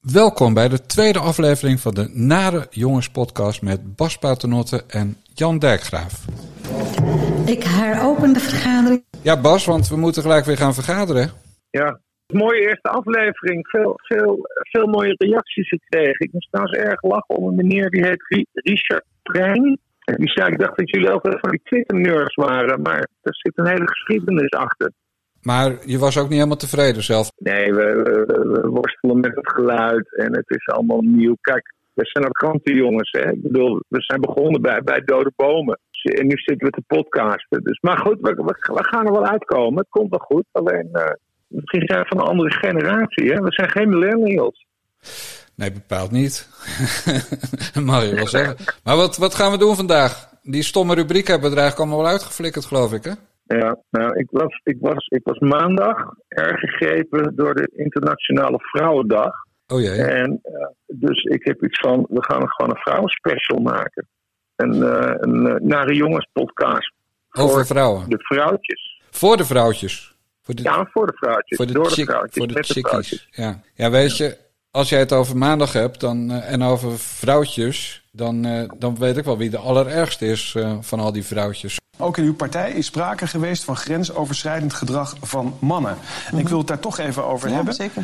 Welkom bij de tweede aflevering van de Nare Jongens podcast met Bas Paternotte en Jan Dijkgraaf. Ik heropen de vergadering. Ja Bas, want we moeten gelijk weer gaan vergaderen. Ja, mooie eerste aflevering. Veel mooie reacties gekregen. Ik moest trouwens erg lachen om een meneer die heet Richard Trein. En die zei, ik dacht dat jullie ook wel van die Twitter-nerds waren, maar er zit een hele geschiedenis achter. Maar je was ook niet helemaal tevreden zelf? Nee, we worstelen met het geluid en het is allemaal nieuw. Kijk, we zijn ook krantenjongens, hè. Ik bedoel, we zijn begonnen bij dode bomen. En nu zitten we te podcasten. Dus, maar goed, we gaan er wel uitkomen. Het komt wel goed. Alleen, misschien zijn we van een andere generatie, hè. We zijn geen millennials. Nee, bepaald niet. Dat mag je wel zeggen. Maar wat gaan we doen vandaag? Die stomme rubriek hebben we er eigenlijk allemaal wel uitgeflikkerd, geloof ik, hè? Ja, nou, ik was maandag erg gegrepen door de Internationale Vrouwendag. Oh jee. En dus ik heb iets van, we gaan gewoon een vrouwenspecial maken. Een Nare Jongens podcast. Over vrouwen? De vrouwtjes. Voor de vrouwtjes? Voor de vrouwtjes. Door de vrouwtjes. Voor de met de vrouwtjes. Ja, weet je, als jij het over maandag hebt en over vrouwtjes, dan weet ik wel wie de allerergste is van al die vrouwtjes. Ook in uw partij is sprake geweest van grensoverschrijdend gedrag van mannen. En ik wil het daar toch even over hebben. Zeker.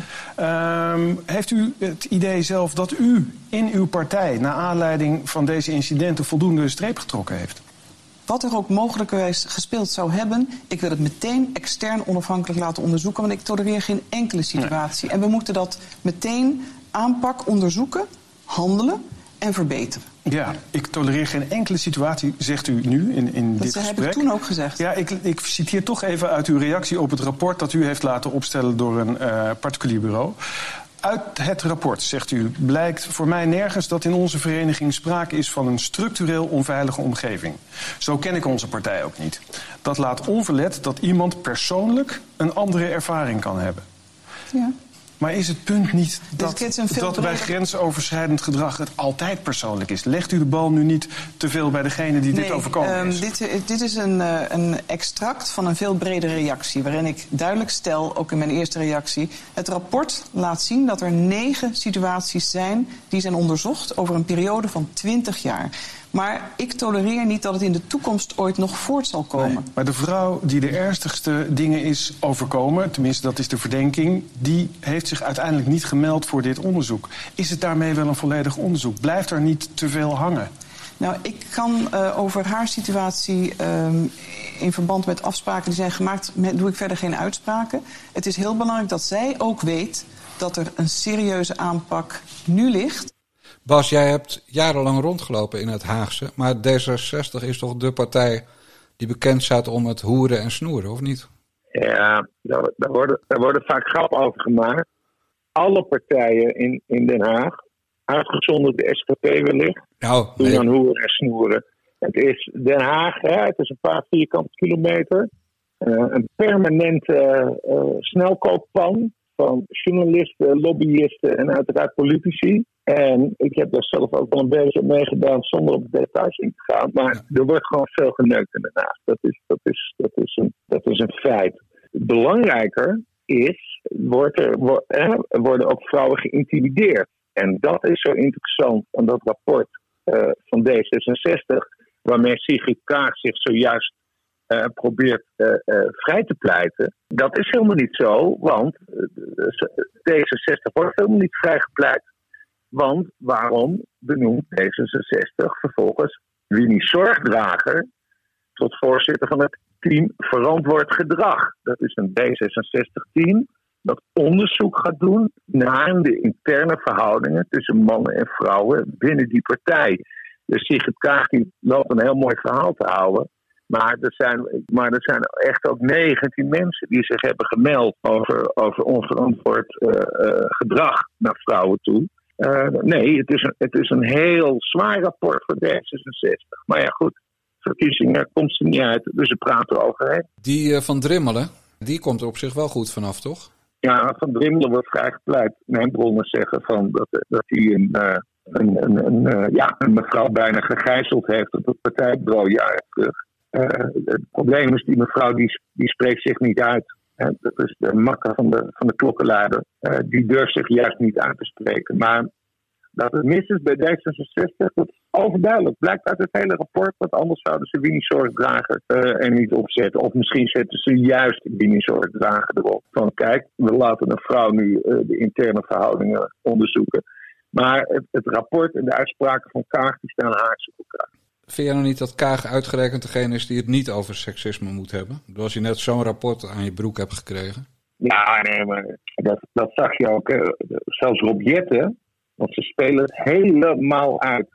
Heeft u het idee zelf dat u in uw partij, naar aanleiding van deze incidenten, voldoende streep getrokken heeft? Wat er ook mogelijkerwijs gespeeld zou hebben, ik wil het meteen extern onafhankelijk laten onderzoeken, want ik tolereer geen enkele situatie. Nee. En we moeten dat meteen aanpakken, onderzoeken, handelen en verbeteren. Ja, ik tolereer geen enkele situatie, zegt u nu in dit gesprek. Dat heb ik toen ook gezegd. Ja, ik citeer toch even uit uw reactie op het rapport dat u heeft laten opstellen door een particulier bureau. Uit het rapport, zegt u, blijkt voor mij nergens dat in onze vereniging sprake is van een structureel onveilige omgeving. Zo ken ik onze partij ook niet. Dat laat onverlet dat iemand persoonlijk een andere ervaring kan hebben. Ja. Maar is het punt niet dat bij grensoverschrijdend gedrag het altijd persoonlijk is? Legt u de bal nu niet te veel bij degene die dit overkomen is? Dit is een extract van een veel bredere reactie, waarin ik duidelijk stel, ook in mijn eerste reactie, het rapport laat zien dat er 9 situaties zijn die zijn onderzocht over een periode van 20 jaar. Maar ik tolereer niet dat het in de toekomst ooit nog voort zal komen. Nee, maar de vrouw die de ernstigste dingen is overkomen, tenminste dat is de verdenking, die heeft zich uiteindelijk niet gemeld voor dit onderzoek. Is het daarmee wel een volledig onderzoek? Blijft er niet te veel hangen? Nou, ik kan over haar situatie in verband met afspraken die zijn gemaakt, doe ik verder geen uitspraken. Het is heel belangrijk dat zij ook weet dat er een serieuze aanpak nu ligt. Bas, jij hebt jarenlang rondgelopen in het Haagse, maar D66 is toch de partij die bekend staat om het hoeren en snoeren, of niet? Ja, daar worden vaak grappen over gemaakt. Alle partijen in Den Haag, uitgezonderd de SGP wellicht, doen aan hoeren en snoeren. Het is Den Haag, het is een paar vierkante kilometer, een permanente snelkooppan van journalisten, lobbyisten en uiteraard politici. En ik heb daar zelf ook wel een beetje meegedaan zonder op details in te gaan. Maar er wordt gewoon veel geneukt in Den Haag. Dat is een feit. Belangrijker is, worden ook vrouwen geïntimideerd. En dat is zo interessant aan dat rapport van D66, waarmee Sigrid Kaag zich zojuist probeert vrij te pleiten. Dat is helemaal niet zo, want D66 wordt helemaal niet vrijgepleit. Want waarom benoemt D66 vervolgens Winnie Zorgdrager tot voorzitter van het team Verantwoord Gedrag? Dat is een D66-team dat onderzoek gaat doen naar de interne verhoudingen tussen mannen en vrouwen binnen die partij. Dus Sigrid Kaag loopt een heel mooi verhaal te houden. Maar er zijn echt ook 19 mensen die zich hebben gemeld over onverantwoord gedrag naar vrouwen toe. Nee, het is een heel zwaar rapport voor D66. Maar ja, goed, verkiezingen komt ze niet uit, dus ze praten eroverheen. Die van Drimmelen, die komt er op zich wel goed vanaf, toch? Ja, van Drimmelen wordt vrijgepleit. Mijn bronnen zeggen dat hij een mevrouw bijna gegijzeld heeft op het partijbureau jaren terug. Het probleem is, die mevrouw die spreekt zich niet uit. Dat is de makker van de klokkenluider. Die durft zich juist niet uit te spreken. Maar dat het mis is bij D66, dat is overduidelijk. Blijkt uit het hele rapport, want anders zouden ze Winnie-zorgdrager er niet op zetten. Of misschien zetten ze juist Winnie-zorgdrager erop. Van kijk, we laten een vrouw nu de interne verhoudingen onderzoeken. Maar het rapport en de uitspraken van Kaag, die staan haaks op elkaar. Vind jij nou niet dat Kaag uitgerekend degene is die het niet over seksisme moet hebben? Als je net zo'n rapport aan je broek hebt gekregen. Ja, nee, maar dat zag je ook. Zelfs Rob Jetten, want ze spelen het helemaal uit.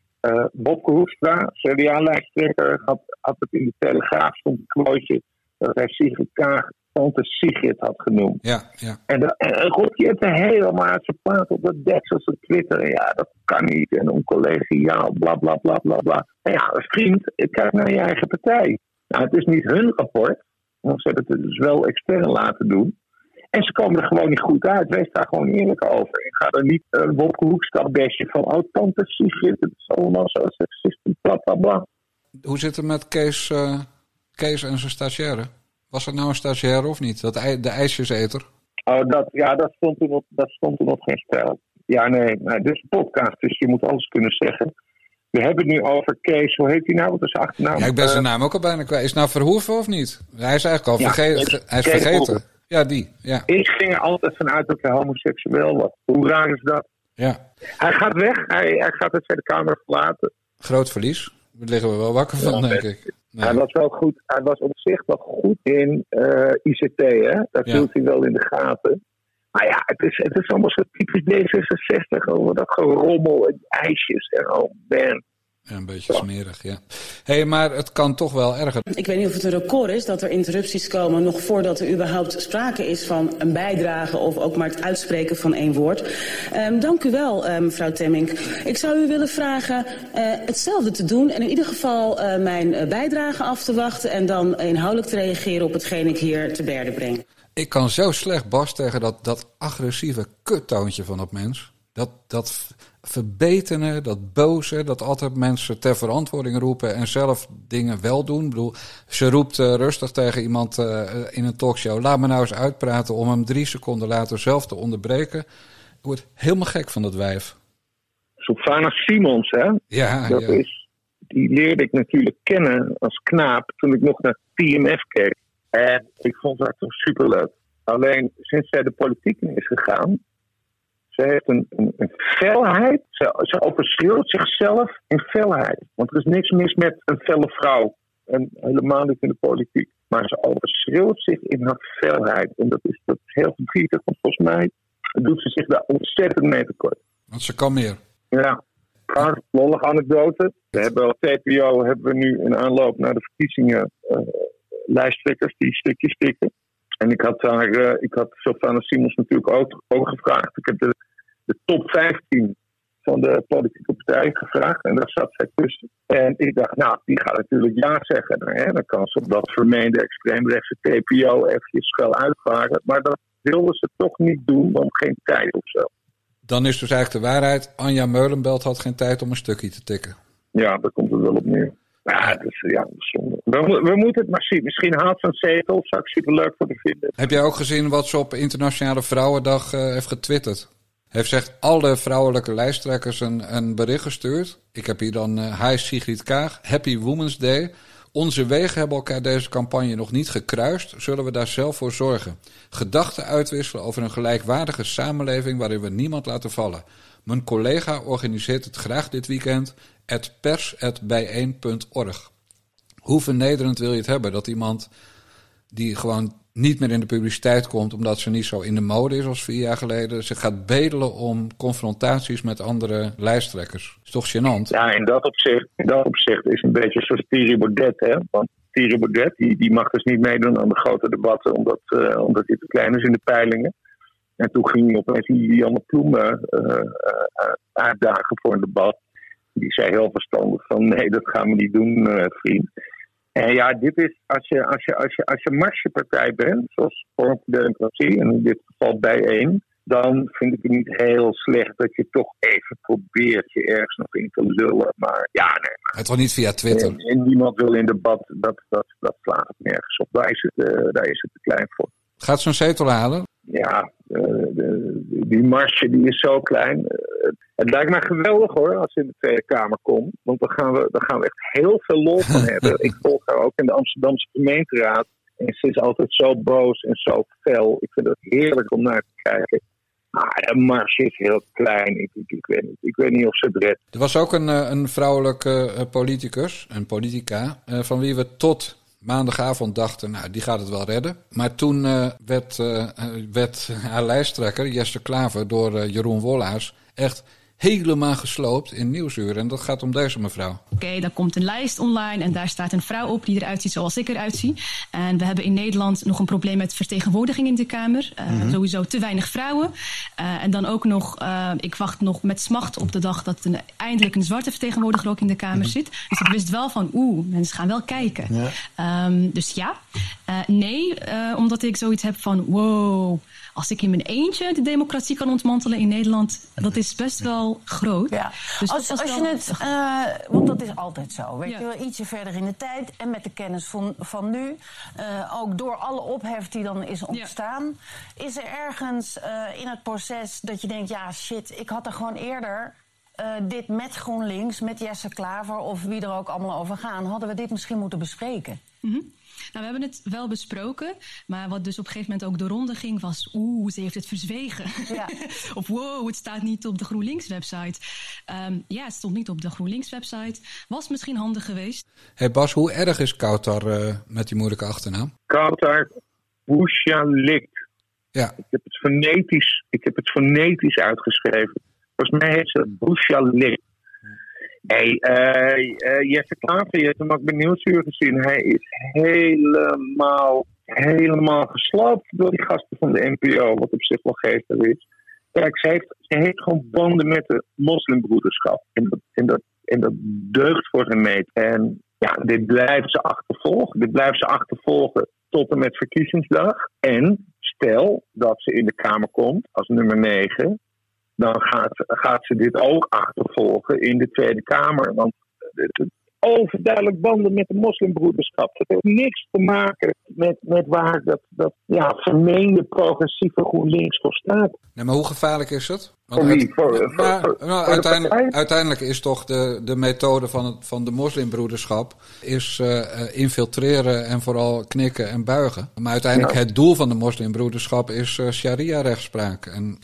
Bobke Hoekstra, CDA-lijsttrekker, had het in de Telegraaf, stond een quoteje dat hij Sigrid Kaag tante Sigrid had genoemd. Ja. En Rob Jetten helemaal uit zijn plaat op dat Dekselse Twitter. Ja, dat kan niet. En oncollegiaal, bla bla bla bla bla. En ja, vriend, kijk naar je eigen partij. Nou, het is niet hun rapport, want ze hebben het dus wel extern laten doen. En ze komen er gewoon niet goed uit. Wees daar gewoon eerlijk over. Ik ga er niet een Wopke Hoekstra-bestje van tante Sigrid, het is allemaal zo seksistisch, bla bla bla. Hoe zit het met Kees en zijn stagiaire? Was het nou een stagiaire of niet? De ijsjeseter? Dat stond toen op geen stijl. Ja, nee, dit is een podcast, dus je moet alles kunnen zeggen. We hebben het nu over Kees, hoe heet hij nou? Wat is zijn achternaam? Ja, ik ben zijn naam ook al bijna kwijt. Is het nou Verhoeven of niet? Hij is eigenlijk al vergeten. Hij is vergeten. Ja, die. Ja. Ik ging er altijd vanuit dat hij homoseksueel was. Hoe raar is dat? Ja. Hij gaat weg. Hij gaat de Tweede Kamer verlaten. Groot verlies. Daar liggen we wel wakker van, denk ik. Nee. Hij was wel goed. Hij was op zich wel goed in ICT, hè? Dat hield hij wel in de gaten. Maar ja, het is allemaal zo typisch D66. Over dat gerommel en ijsjes en man. Ja, een beetje smerig, ja. Hé, maar het kan toch wel erger. Ik weet niet of het een record is dat er interrupties komen nog voordat er überhaupt sprake is van een bijdrage of ook maar het uitspreken van één woord. Dank u wel, mevrouw Temmink. Ik zou u willen vragen hetzelfde te doen en in ieder geval mijn bijdrage af te wachten en dan inhoudelijk te reageren op hetgeen ik hier te berde breng. Ik kan zo slecht, Bas, tegen dat agressieve kuttoontje van dat mens. Dat verbetenen, dat boze, dat altijd mensen ter verantwoording roepen en zelf dingen wel doen. Ik bedoel, ze roept rustig tegen iemand in een talkshow, laat me nou eens uitpraten om hem 3 seconden later zelf te onderbreken. Ik word helemaal gek van dat wijf. Sylvana Simons, hè? Ja. Die leerde ik natuurlijk kennen als knaap toen ik nog naar TMF keek. En ik vond haar toch superleuk. Alleen sinds zij de politiek in is gegaan, ze heeft een felheid. Ze overschreeuwt zichzelf in felheid. Want er is niks mis met een felle vrouw. En helemaal niet in de politiek. Maar ze overschreeuwt zich in haar felheid. En dat is heel verdrietig. Want volgens mij doet ze zich daar ontzettend mee tekort. Want ze kan meer. Ja. Een lollige anekdote. We hebben op TPO nu in aanloop naar de verkiezingen lijsttrekkers die stukjes tikken. En ik had Sylvana Simons natuurlijk ook gevraagd. Ik heb de top 15 van de politieke partijen gevraagd. En daar zat zij tussen. En ik dacht, nou, die gaat natuurlijk ja zeggen. Dan kan ze op dat vermeende extreemrechtse TPO eventjes wel uitvragen. Maar dat wilden ze toch niet doen, want geen tijd of zo. Dan is dus eigenlijk de waarheid, Anja Meulenbelt had geen tijd om een stukje te tikken. Ja, daar komt het wel op neer. Ja, dat is zonde. We moeten het maar zien. Misschien haalt ze een zetel. Zou ik superleuk voor te vinden. Heb jij ook gezien wat ze op Internationale Vrouwendag heeft getwitterd? Heeft zegt alle vrouwelijke lijsttrekkers een bericht gestuurd. Ik heb hier dan Hi Sigrid Kaag, Happy Women's Day. Onze wegen hebben elkaar deze campagne nog niet gekruist. Zullen we daar zelf voor zorgen? Gedachten uitwisselen over een gelijkwaardige samenleving waarin we niemand laten vallen. Mijn collega organiseert het graag dit weekend. @pers@bijeen.org. Hoe vernederend wil je het hebben dat iemand die gewoon niet meer in de publiciteit komt omdat ze niet zo in de mode is als 4 jaar geleden, zich gaat bedelen om confrontaties met andere lijsttrekkers. Dat is toch gênant? Ja, in dat opzicht is een beetje zoals Thierry Baudet, hè? Want Thierry Baudet die mag dus niet meedoen aan de grote debatten omdat hij te klein is in de peilingen. En toen ging hij opeens Janne Ploemen uitdagen voor een debat. Die zei heel verstandig van nee, dat gaan we niet doen, vriend. En ja, dit is als je marchepartij bent, zoals Forum voor Democratie, en in dit geval Bijeen, dan vind ik het niet heel slecht dat je toch even probeert je ergens nog in te lullen. Maar ja, nee. Het was niet via Twitter. En niemand wil in debat, dat slaat het nergens op. Daar is het te klein voor. Gaat ze een zetel halen? Ja, die marge die is zo klein. Het lijkt mij geweldig hoor, als ze in de Tweede Kamer komt. Want dan gaan we echt heel veel lol van hebben. Ik volg haar ook in de Amsterdamse gemeenteraad. En ze is altijd zo boos en zo fel. Ik vind het heerlijk om naar te kijken. Maar de marge is heel klein. Ik weet niet of ze het redt. Er was ook een vrouwelijke politicus, een politica, van wie we tot maandagavond dachten, nou, die gaat het wel redden. Maar toen werd haar lijsttrekker, Jesse Klaver, door Jeroen Wollaars echt helemaal gesloopt in Nieuwsuur. En dat gaat om deze mevrouw. Oké, dan komt een lijst online en daar staat een vrouw op die eruit ziet zoals ik eruit zie. En we hebben in Nederland nog een probleem met vertegenwoordiging in de Kamer. Sowieso te weinig vrouwen. En dan ook nog, ik wacht nog met smacht op de dag dat eindelijk een zwarte vertegenwoordiger ook in de Kamer zit. Dus ik wist wel van, mensen gaan wel kijken. Ja. Dus ja. Nee, omdat ik zoiets heb van, wow, als ik in mijn eentje de democratie kan ontmantelen in Nederland, dat is best wel groot. Ja. Dus als je het, want dat is altijd zo. Weet je wel, ietsje verder in de tijd en met de kennis van nu, ook door alle ophef die dan is ontstaan, is er ergens in het proces dat je denkt, ja shit, ik had er gewoon eerder dit met GroenLinks, met Jesse Klaver of wie er ook allemaal over gaan, hadden we dit misschien moeten bespreken. Mm-hmm. Nou, we hebben het wel besproken, maar wat dus op een gegeven moment ook de ronde ging was, ze heeft het verzwegen. Ja. Of wow, het staat niet op de GroenLinks-website. Ja, het stond niet op de GroenLinks-website. Was misschien handig geweest. Hey Bas, hoe erg is Kautar met die moeilijke achternaam? Kautar Bouchalikt. Ja. Ik heb het fonetisch uitgeschreven. Volgens mij heet ze Bouchalikt. Hey, Jesse Klaver, je hebt hem ook bij Nieuwsuur gezien. Hij is helemaal gesloopt door die gasten van de NPO, wat op zich wel geestig is. Kijk, ze heeft gewoon banden met de moslimbroederschap. En dat deugt voor geen meet. En ja, dit blijft ze achtervolgen tot en met verkiezingsdag. En stel dat ze in de Kamer komt als nummer 9... dan gaat ze dit ook achtervolgen in de Tweede Kamer. Want overduidelijk banden met de moslimbroederschap. Dat heeft niks te maken met waar dat vermeende progressieve GroenLinks voor staat. Nee, maar hoe gevaarlijk is het? Uiteindelijk is toch de methode van de moslimbroederschap is infiltreren en vooral knikken en buigen. Maar uiteindelijk het doel van de moslimbroederschap is sharia-rechtspraak. En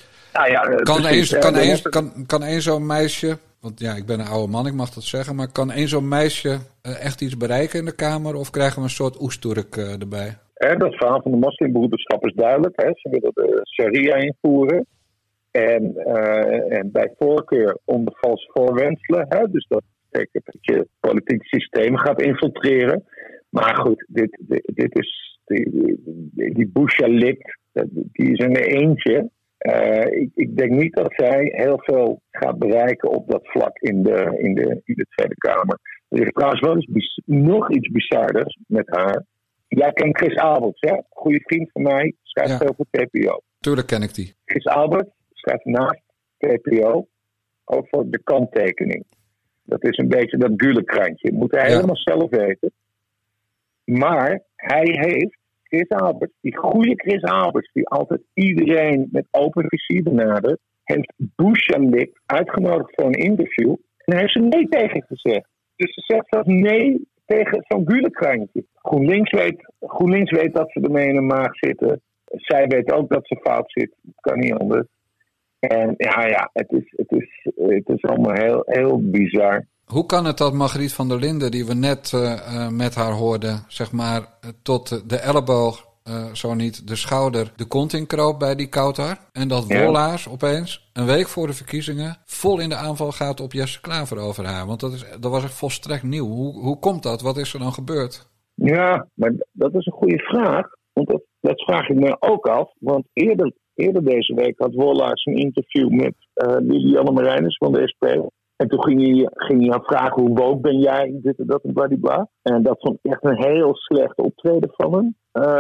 kan één zo'n meisje, want ja, ik ben een oude man, ik mag dat zeggen, maar kan één zo'n meisje echt iets bereiken in de Kamer of krijgen we een soort oestoerk erbij? Dat verhaal van de moslimbroederschap is duidelijk. Hè. Ze willen de sharia invoeren en bij voorkeur onder valse voorwendselen. Hè. Dus dat betekent dat je het politieke systeem gaat infiltreren. Maar goed, dit is die Bouchalikt, die is in eentje. Ik denk niet dat zij heel veel gaat bereiken op dat vlak in de Tweede Kamer. Er is trouwens wel eens nog iets bizarders met haar. Jij kent Chris Alberts, hè? Goede vriend van mij, schrijft veel voor TPO. Tuurlijk ken ik die. Chris Alberts schrijft naast TPO ook voor de kanttekening. Dat is een beetje dat Gulenkrantje. Moet hij helemaal zelf weten. Maar hij heeft Chris Alberts, die goede Chris Alberts, die altijd iedereen met open vizier benadert, heeft Bouchalikt uitgenodigd voor een interview. En hij heeft ze nee tegen gezegd. Dus ze zegt dat nee tegen zo'n Gulenkrantje. GroenLinks weet dat ze ermee in de maag zitten. Zij weet ook dat ze fout zit. Kan niet anders. En het is allemaal heel, heel bizar. Hoe kan het dat Margriet van der Linden, die we net met haar hoorden, zeg maar tot de elleboog, zo niet de schouder, de kont in kroop bij die Kautar, en dat Wollaars opeens, een week voor de verkiezingen, vol in de aanval gaat op Jesse Klaver over haar? Want dat was echt volstrekt nieuw. Hoe komt dat? Wat is er dan gebeurd? Ja, maar dat is een goede vraag. Want dat vraag ik me ook af. Want eerder deze week had Wollaars een interview met Lilianne Marijnissen van de SP. En toen ging hij haar vragen, hoe woke ben jij, dit en dat en bladibla. En dat vond ik echt een heel slecht optreden van hem.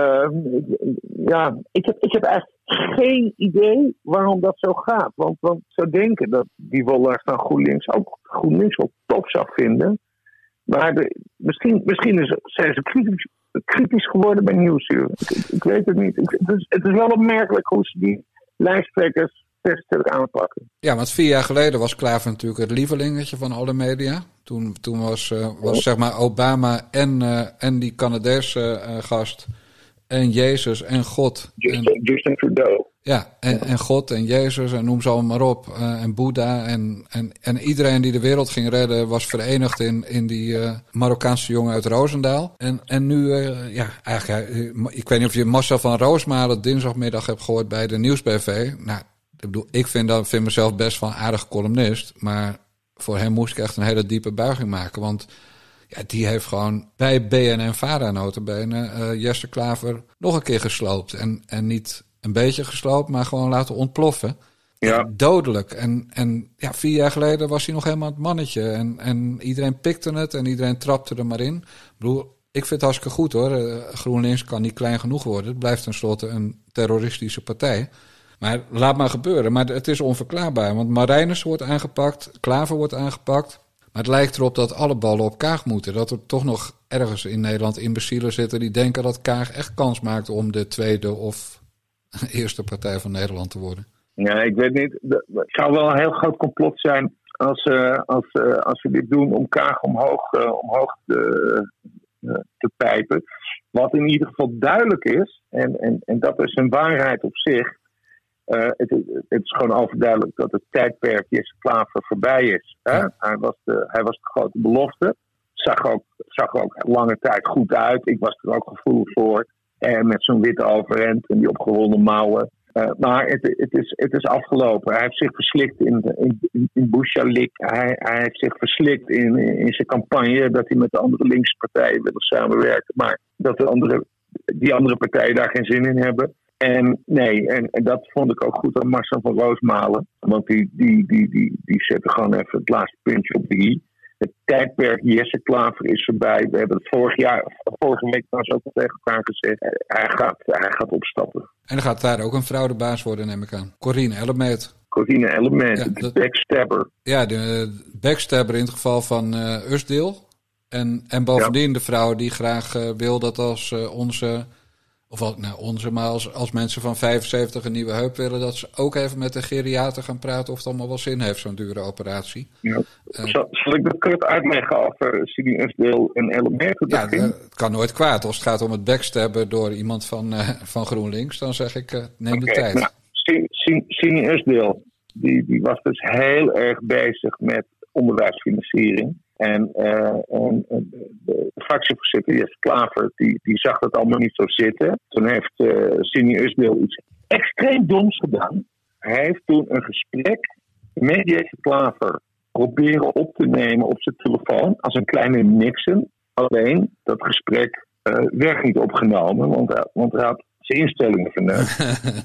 Ik heb eigenlijk geen idee waarom dat zo gaat. Want ik zou denken dat die Wollaars van GroenLinks wel tof zou vinden. Maar misschien zijn ze kritisch geworden bij Nieuwsuur. Ik weet het niet. Het is wel opmerkelijk hoe ze die lijsttrekkers verder aanpakken. Ja, want 4 jaar geleden was Klaver natuurlijk het lievelingetje van alle media. Toen was zeg maar Obama en die Canadese gast en Jezus en God. Justin Trudeau. Ja, en God en Jezus en noem ze allemaal maar op. En Boeddha en iedereen die de wereld ging redden was verenigd in die Marokkaanse jongen uit Roosendaal. En nu, eigenlijk, ik weet niet of je Marcel van Roosmalen dinsdagmiddag hebt gehoord bij de Nieuwsbv. Nou, ik vind mezelf best wel een aardige columnist, maar voor hem moest ik echt een hele diepe buiging maken. Want ja, die heeft gewoon bij BNN-Vara notabene Jesse Klaver nog een keer gesloopt. En niet een beetje gesloopt, maar gewoon laten ontploffen. Ja. Dodelijk. En 4 jaar geleden was hij nog helemaal het mannetje. En iedereen pikte het en iedereen trapte er maar in. Ik vind het hartstikke goed hoor. GroenLinks kan niet klein genoeg worden. Het blijft tenslotte een terroristische partij. Maar laat maar gebeuren. Maar het is onverklaarbaar. Want Marijnissen wordt aangepakt, Klaver wordt aangepakt. Maar het lijkt erop dat alle ballen op Kaag moeten. Dat er toch nog ergens in Nederland imbecielen zitten die denken dat Kaag echt kans maakt om de tweede of eerste partij van Nederland te worden. Ja, ik weet niet. Het zou wel een heel groot complot zijn als we dit doen om Kaag omhoog te pijpen. Wat in ieder geval duidelijk is, en dat is een waarheid op zich. Het is gewoon overduidelijk dat het tijdperk Jesse Klaver voorbij is. Hè? Ja. Hij was de grote belofte. Zag ook lange tijd goed uit. Ik was er ook gevoelig voor. Met zo'n witte overhemd en die opgerolde mouwen. Maar het is afgelopen. Hij heeft zich verslikt in Bouchalik. Hij heeft zich verslikt in zijn campagne dat hij met de andere linkse partijen wil samenwerken. Maar dat die andere partijen daar geen zin in hebben. En dat vond ik ook goed aan Marcel van Roosmalen. Want die zette gewoon even het laatste puntje op de i. Het tijdperk Jesse Klaver is voorbij. We hebben het vorige week was ook al tegen elkaar gezegd. Hij gaat opstappen. En dan gaat daar ook een vrouw de baas worden, neem ik aan. Corine Ellemeet. Ja, de backstabber. Ja, de backstabber in het geval van Usdeel. En bovendien de vrouw die graag wil dat als als mensen van 75 een nieuwe heup willen, dat ze ook even met de geriater gaan praten of het allemaal wel zin heeft, zo'n dure operatie. Ja. Zal ik dat kort uitleggen over Sidi Usdeel en Ellemeet? Ja, het kan nooit kwaad. Als het gaat om het backstabben door iemand van GroenLinks, dan zeg ik, neem de tijd. Nou, Sidi Usdeel, die was dus heel erg bezig met onderwijsfinanciering. En de fractievoorzitter Jesse Klaver, die zag dat allemaal niet zo zitten. Toen heeft Sidi Usdeel iets extreem doms gedaan. Hij heeft toen een gesprek met Jesse Klaver proberen op te nemen op zijn telefoon als een kleine Nixon. Alleen dat gesprek werd niet opgenomen, want hij had zijn instellingen verneukt.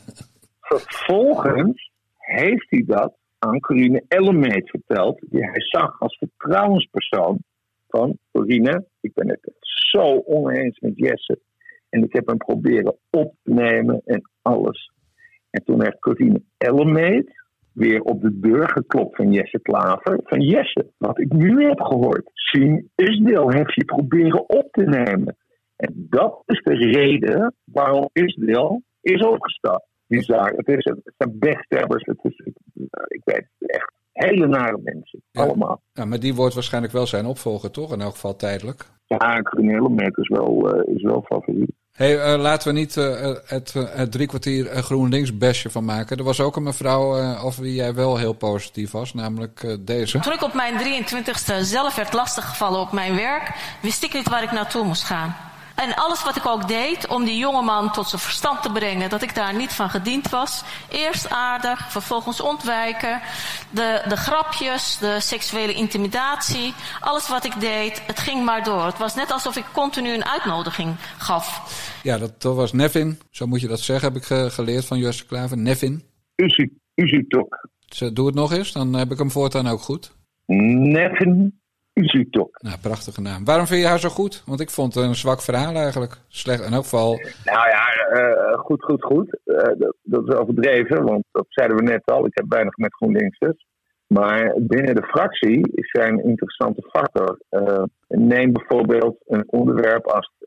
Vervolgens heeft hij dat aan Corine Ellemeet verteld, die hij zag als vertrouwenspersoon van Corine. Ik ben het zo oneens met Jesse. En ik heb hem proberen op te nemen en alles. En toen heeft Corine Ellemeet weer op de deur geklopt van Jesse Klaver. Van Jesse, wat ik nu heb gehoord. Sidi Usdeel heeft je proberen op te nemen. En dat is de reden waarom Usdeel is opgestapt. Het zijn backstabbers. Ik weet het echt. Hele nare mensen. Ja. Allemaal. Ja, maar die wordt waarschijnlijk wel zijn opvolger, toch? In elk geval tijdelijk. Ja, Corine Ellemeet is wel favoriet. Hey, laten we niet het 3 kwartier GroenLinks bestje van maken. Er was ook een mevrouw over wie jij wel heel positief was, namelijk deze. Toen ik op mijn 23e zelf werd lastiggevallen op mijn werk, wist ik niet waar ik naartoe moest gaan. En alles wat ik ook deed om die jongeman tot zijn verstand te brengen, dat ik daar niet van gediend was. Eerst aardig, vervolgens ontwijken. De grapjes, de seksuele intimidatie. Alles wat ik deed, het ging maar door. Het was net alsof ik continu een uitnodiging gaf. Ja, dat was Nevin. Zo moet je dat zeggen, heb ik geleerd van Jesse Klaver. Nevin. Uzitok. Doe het nog eens, dan heb ik hem voortaan ook goed. Nevin. Uzitok. Nou, prachtige naam. Waarom vind je haar zo goed? Want ik vond het een zwak verhaal eigenlijk. Slecht in elk geval. Nou ja, goed. Dat is overdreven, want dat zeiden we net al. Ik heb weinig met GroenLinksers. Maar binnen de fractie is zij een interessante factor. Neem bijvoorbeeld een onderwerp als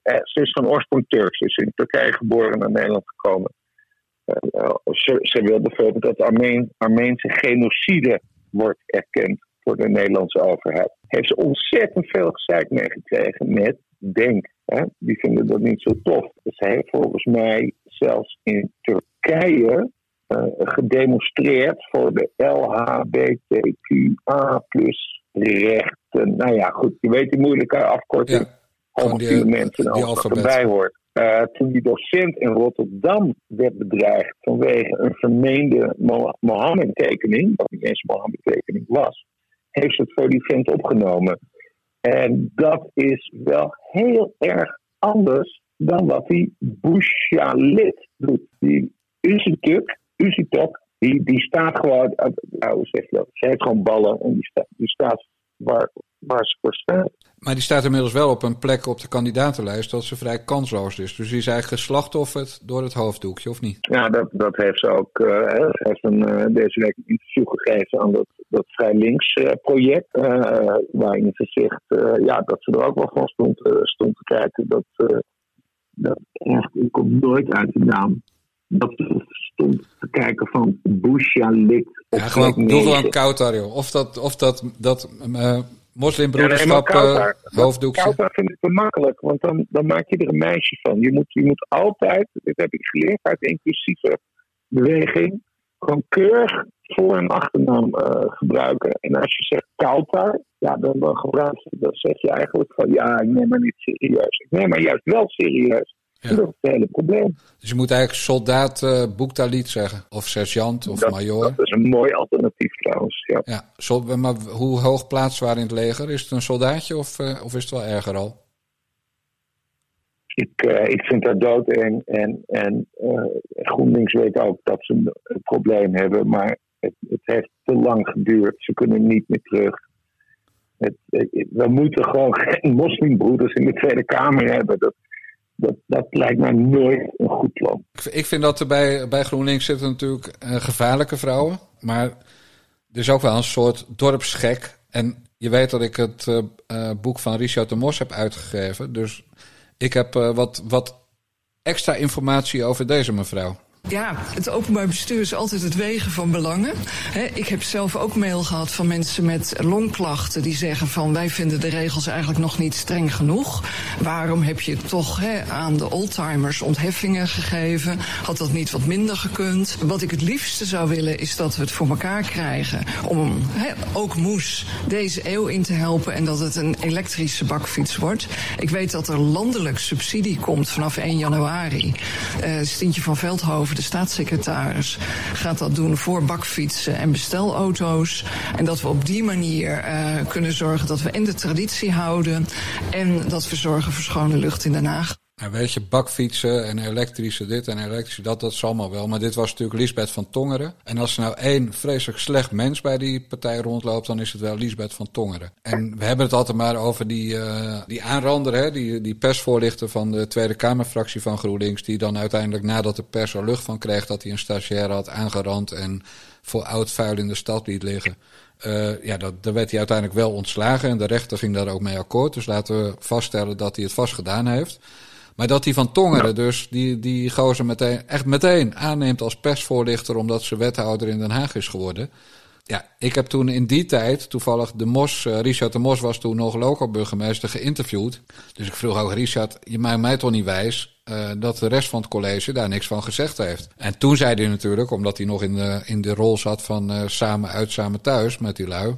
Ze is van oorsprong Turks. Ze is in Turkije geboren en naar Nederland gekomen. Ze wil bijvoorbeeld dat de Armeense genocide wordt erkend voor de Nederlandse overheid. Heeft ze ontzettend veel gezeik meegekregen met DENK. Die vinden dat niet zo tof. Ze heeft volgens mij zelfs in Turkije gedemonstreerd voor de LHBTQA+ rechten. Nou ja, goed, je weet die moeilijke afkorting. Ja, homofiele mensen en alles wat erbij hoort. Toen die docent in Rotterdam werd bedreigd vanwege een vermeende Mohammed-tekening, wat niet eens een Mohammed-tekening was, heeft ze het voor die vent opgenomen. En dat is wel heel erg anders dan wat die Bushalit doet. Die Uzitok, die staat gewoon, hoe zeg je dat? Ze heeft gewoon ballen en die staat waar ze voor staat. Maar die staat inmiddels wel op een plek op de kandidatenlijst dat ze vrij kansloos is. Dus die is eigenlijk geslachtofferd door het hoofddoekje, of niet? Ja, dat heeft ze ook. Ze heeft deze week een interview gegeven aan dat Vrij Links project. Waarin ze zegt dat ze er ook wel van stond te kijken. Dat eigenlijk komt nooit uit de naam. Dat ze stond te kijken van Bushalit. Ja, gewoon, doe gewoon Kautar, joh. Of dat moslimbroederschap hoofddoekje. Kautar vind ik te makkelijk, want dan maak je er een meisje van. Je moet altijd, dit heb ik geleerd uit de inclusieve beweging, gewoon keurig voor- en achternaam gebruiken. En als je zegt Kautar, dan zeg je eigenlijk van ik neem maar niet serieus. Ik neem maar juist wel serieus. Ja. Dat is het hele probleem. Dus je moet eigenlijk soldaat Boektalit zeggen. Of sergeant of major. Dat is een mooi alternatief trouwens. Ja. Maar hoe hoog plaatsen we in het leger? Is het een soldaatje of is het wel erger al? Ik vind dat doodeng. En GroenLinks weet ook dat ze een probleem hebben. Maar het heeft te lang geduurd. Ze kunnen niet meer terug. We moeten gewoon geen moslimbroeders in de Tweede Kamer hebben. Dat lijkt mij nooit een goed plan. Ik vind dat er bij GroenLinks zitten natuurlijk gevaarlijke vrouwen. Maar er is ook wel een soort dorpsgek. En je weet dat ik het boek van Richard de Mos heb uitgegeven. Dus ik heb wat extra informatie over deze mevrouw. Ja, het openbaar bestuur is altijd het wegen van belangen. Ik heb zelf ook mail gehad van mensen met longklachten die zeggen van wij vinden de regels eigenlijk nog niet streng genoeg. Waarom heb je toch aan de oldtimers ontheffingen gegeven? Had dat niet wat minder gekund? Wat ik het liefste zou willen is dat we het voor elkaar krijgen om ook moes deze eeuw in te helpen en dat het een elektrische bakfiets wordt. Ik weet dat er landelijk subsidie komt vanaf 1 januari. Stientje van Veldhoven, de staatssecretaris, gaat dat doen voor bakfietsen en bestelauto's. En dat we op die manier kunnen zorgen dat we en de traditie houden en dat we zorgen voor schone lucht in Den Haag. Nou, weet je, bakfietsen en elektrische dit en elektrische dat is allemaal wel. Maar dit was natuurlijk Liesbeth van Tongeren. En als er nou één vreselijk slecht mens bij die partij rondloopt, dan is het wel Liesbeth van Tongeren. En we hebben het altijd maar over die aanrander, die persvoorlichter van de Tweede Kamerfractie van GroenLinks, die dan uiteindelijk, nadat de pers er lucht van kreeg dat hij een stagiaire had aangerand en voor oud vuil in de stad liet liggen. Daar werd hij uiteindelijk wel ontslagen en de rechter ging daar ook mee akkoord. Dus laten we vaststellen dat hij het vast gedaan heeft. Maar dat die van Tongeren dus die gozer meteen aanneemt als persvoorlichter omdat ze wethouder in Den Haag is geworden. Ja, ik heb toen in die tijd toevallig Richard de Mos was toen nog lokaal burgemeester geïnterviewd. Dus ik vroeg ook, Richard, je maakt mij toch niet wijs dat de rest van het college daar niks van gezegd heeft. En toen zei hij natuurlijk, omdat hij nog in de rol zat van samen uit, samen thuis met die lui.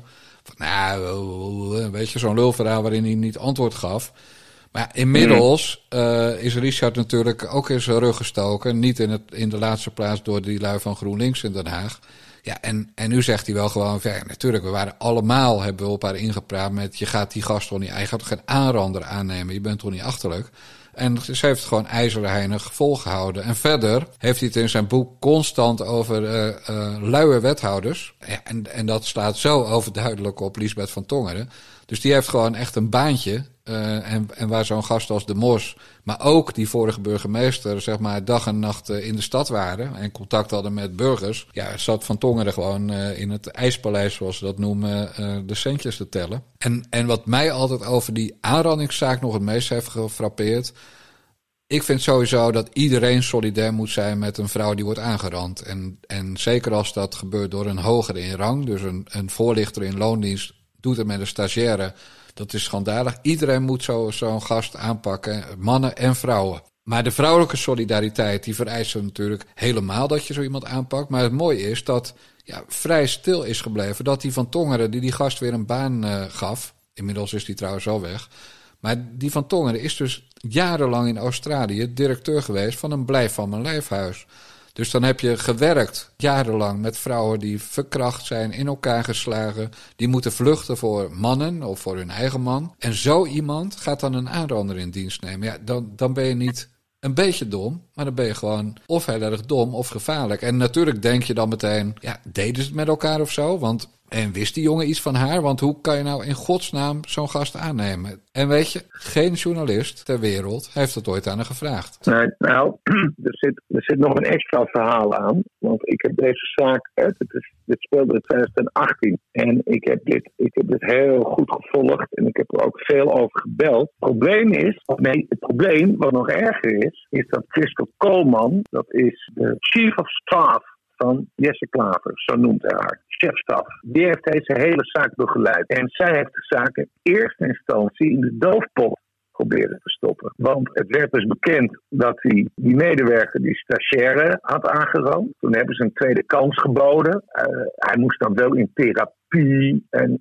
Van, weet je, zo'n lulverhaal waarin hij niet antwoord gaf. Maar inmiddels is Richard natuurlijk ook in zijn rug gestoken. Niet in de laatste plaats door die lui van GroenLinks in Den Haag. Ja, en nu zegt hij wel gewoon, natuurlijk, hebben we op haar ingepraat met, je gaat die gast toch niet, je gaat toch geen aanrander aannemen, je bent toch niet achterlijk. En ze heeft het gewoon ijzerheinig volgehouden. En verder heeft hij het in zijn boek constant over luie wethouders. Ja, en dat slaat zo overduidelijk op Liesbeth van Tongeren, Dus die heeft gewoon echt een baantje. En waar zo'n gast als De Mos, maar ook die vorige burgemeester, zeg maar, dag en nacht in de stad waren en contact hadden met burgers. Ja, zat Van Tongeren gewoon in het IJspaleis, zoals ze dat noemen, de centjes te tellen. En wat mij altijd over die aanrandingszaak nog het meest heeft gefrappeerd. Ik vind sowieso dat iedereen solidair moet zijn met een vrouw die wordt aangerand. En zeker als dat gebeurt door een hogere in rang, dus een voorlichter in loondienst doet het met een stagiaire. Dat is schandalig. Iedereen moet zo'n gast aanpakken, mannen en vrouwen. Maar de vrouwelijke solidariteit, die vereist natuurlijk helemaal dat je zo iemand aanpakt. Maar het mooie is dat vrij stil is gebleven dat die Van Tongeren, die gast weer een baan gaf. Inmiddels is die trouwens al weg. Maar die Van Tongeren is dus jarenlang in Australië directeur geweest van een Blijf van mijn lijfhuis. Dus dan heb je gewerkt jarenlang met vrouwen die verkracht zijn, in elkaar geslagen. Die moeten vluchten voor mannen of voor hun eigen man. En zo iemand gaat dan een aanrander in dienst nemen. Ja, dan ben je niet een beetje dom, maar dan ben je gewoon of heel erg dom of gevaarlijk. En natuurlijk denk je dan meteen, deden ze het met elkaar of zo? En wist die jongen iets van haar? Want hoe kan je nou in godsnaam zo'n gast aannemen? En weet je, geen journalist ter wereld heeft het ooit aan haar gevraagd. Nee, nou, er zit nog een extra verhaal aan. Want ik heb deze zaak, dit speelde in 2018. En ik heb dit heel goed gevolgd. En ik heb er ook veel over gebeld. Het probleem, wat nog erger is dat Christel Koolman, dat is de chief of staff van Jesse Klaver, zo noemt hij haar, chefstaf. Die heeft deze hele zaak begeleid. En zij heeft de zaak in eerste instantie in de doofpot proberen te stoppen. Want het werd dus bekend dat die medewerker die stagiaire had aangerand. Toen hebben ze een tweede kans geboden. Hij moest dan wel in therapie en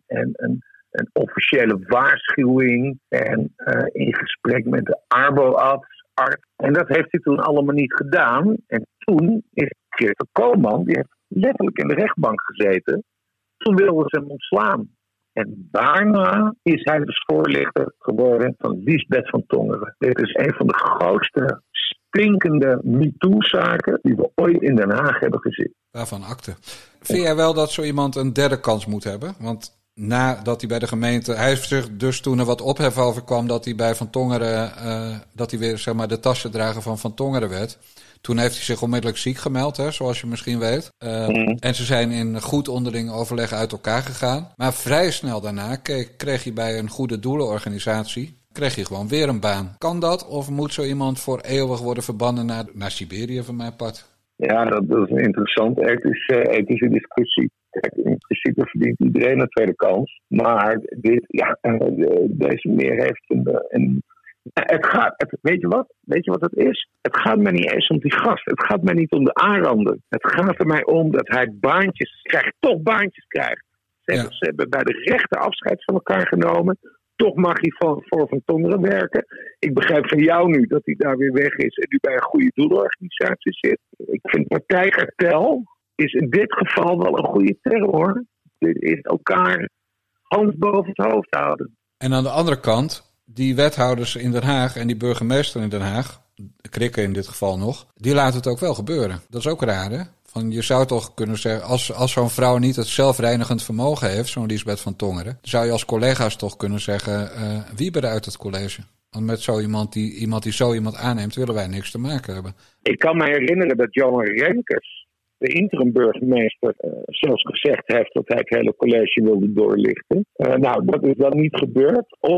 een officiële waarschuwing en in gesprek met de arboarts. En dat heeft hij toen allemaal niet gedaan. En toen is Christel Koolman, die heeft letterlijk in de rechtbank gezeten. Toen wilden ze hem ontslaan. En daarna is hij dus voorlichter geworden van Liesbeth van Tongeren. Dit is een van de grootste stinkende MeToo-zaken die we ooit in Den Haag hebben gezien. Waarvan akte. Vind jij wel dat zo iemand een derde kans moet hebben? Want nadat hij bij de gemeente, hij heeft zich dus toen er wat ophef over kwam dat hij bij Van Tongeren, dat hij weer zeg maar de tassendrager van Tongeren werd. Toen heeft hij zich onmiddellijk ziek gemeld, zoals je misschien weet. En ze zijn in goed onderling overleg uit elkaar gegaan. Maar vrij snel daarna kreeg hij bij een goede doelenorganisatie kreeg je gewoon weer een baan. Kan dat? Of moet zo iemand voor eeuwig worden verbannen naar Siberië van mijn part? Ja, dat is een interessante ethische discussie. In principe verdient iedereen een tweede kans. Maar deze meneer heeft een weet je wat het is? Het gaat mij niet eens om die gast. Het gaat mij niet om de aanrander. Het gaat er mij om dat hij baantjes krijgt. Ze hebben bij de rechter afscheid van elkaar genomen. Toch mag hij voor Van Tongeren werken. Ik begrijp van jou nu dat hij daar weer weg is en nu bij een goede doelorganisatie zit. Ik vind partijkartel is in dit geval wel een goede term, hoor. Dit is elkaar hand boven het hoofd houden. En aan de andere kant, die wethouders in Den Haag en die burgemeester in Den Haag, Krikke in dit geval nog, die laten het ook wel gebeuren. Dat is ook raar, hè? Van, je zou toch kunnen zeggen, als zo'n vrouw niet het zelfreinigend vermogen heeft, zo'n Liesbeth van Tongeren, zou je als collega's toch kunnen zeggen, wieber uit het college. Want met zo iemand die zo iemand aanneemt, willen wij niks te maken hebben. Ik kan me herinneren dat Johan Remkes, de interim burgemeester, zelfs gezegd heeft dat hij het hele college wilde doorlichten. Nou, dat is dan niet gebeurd. Of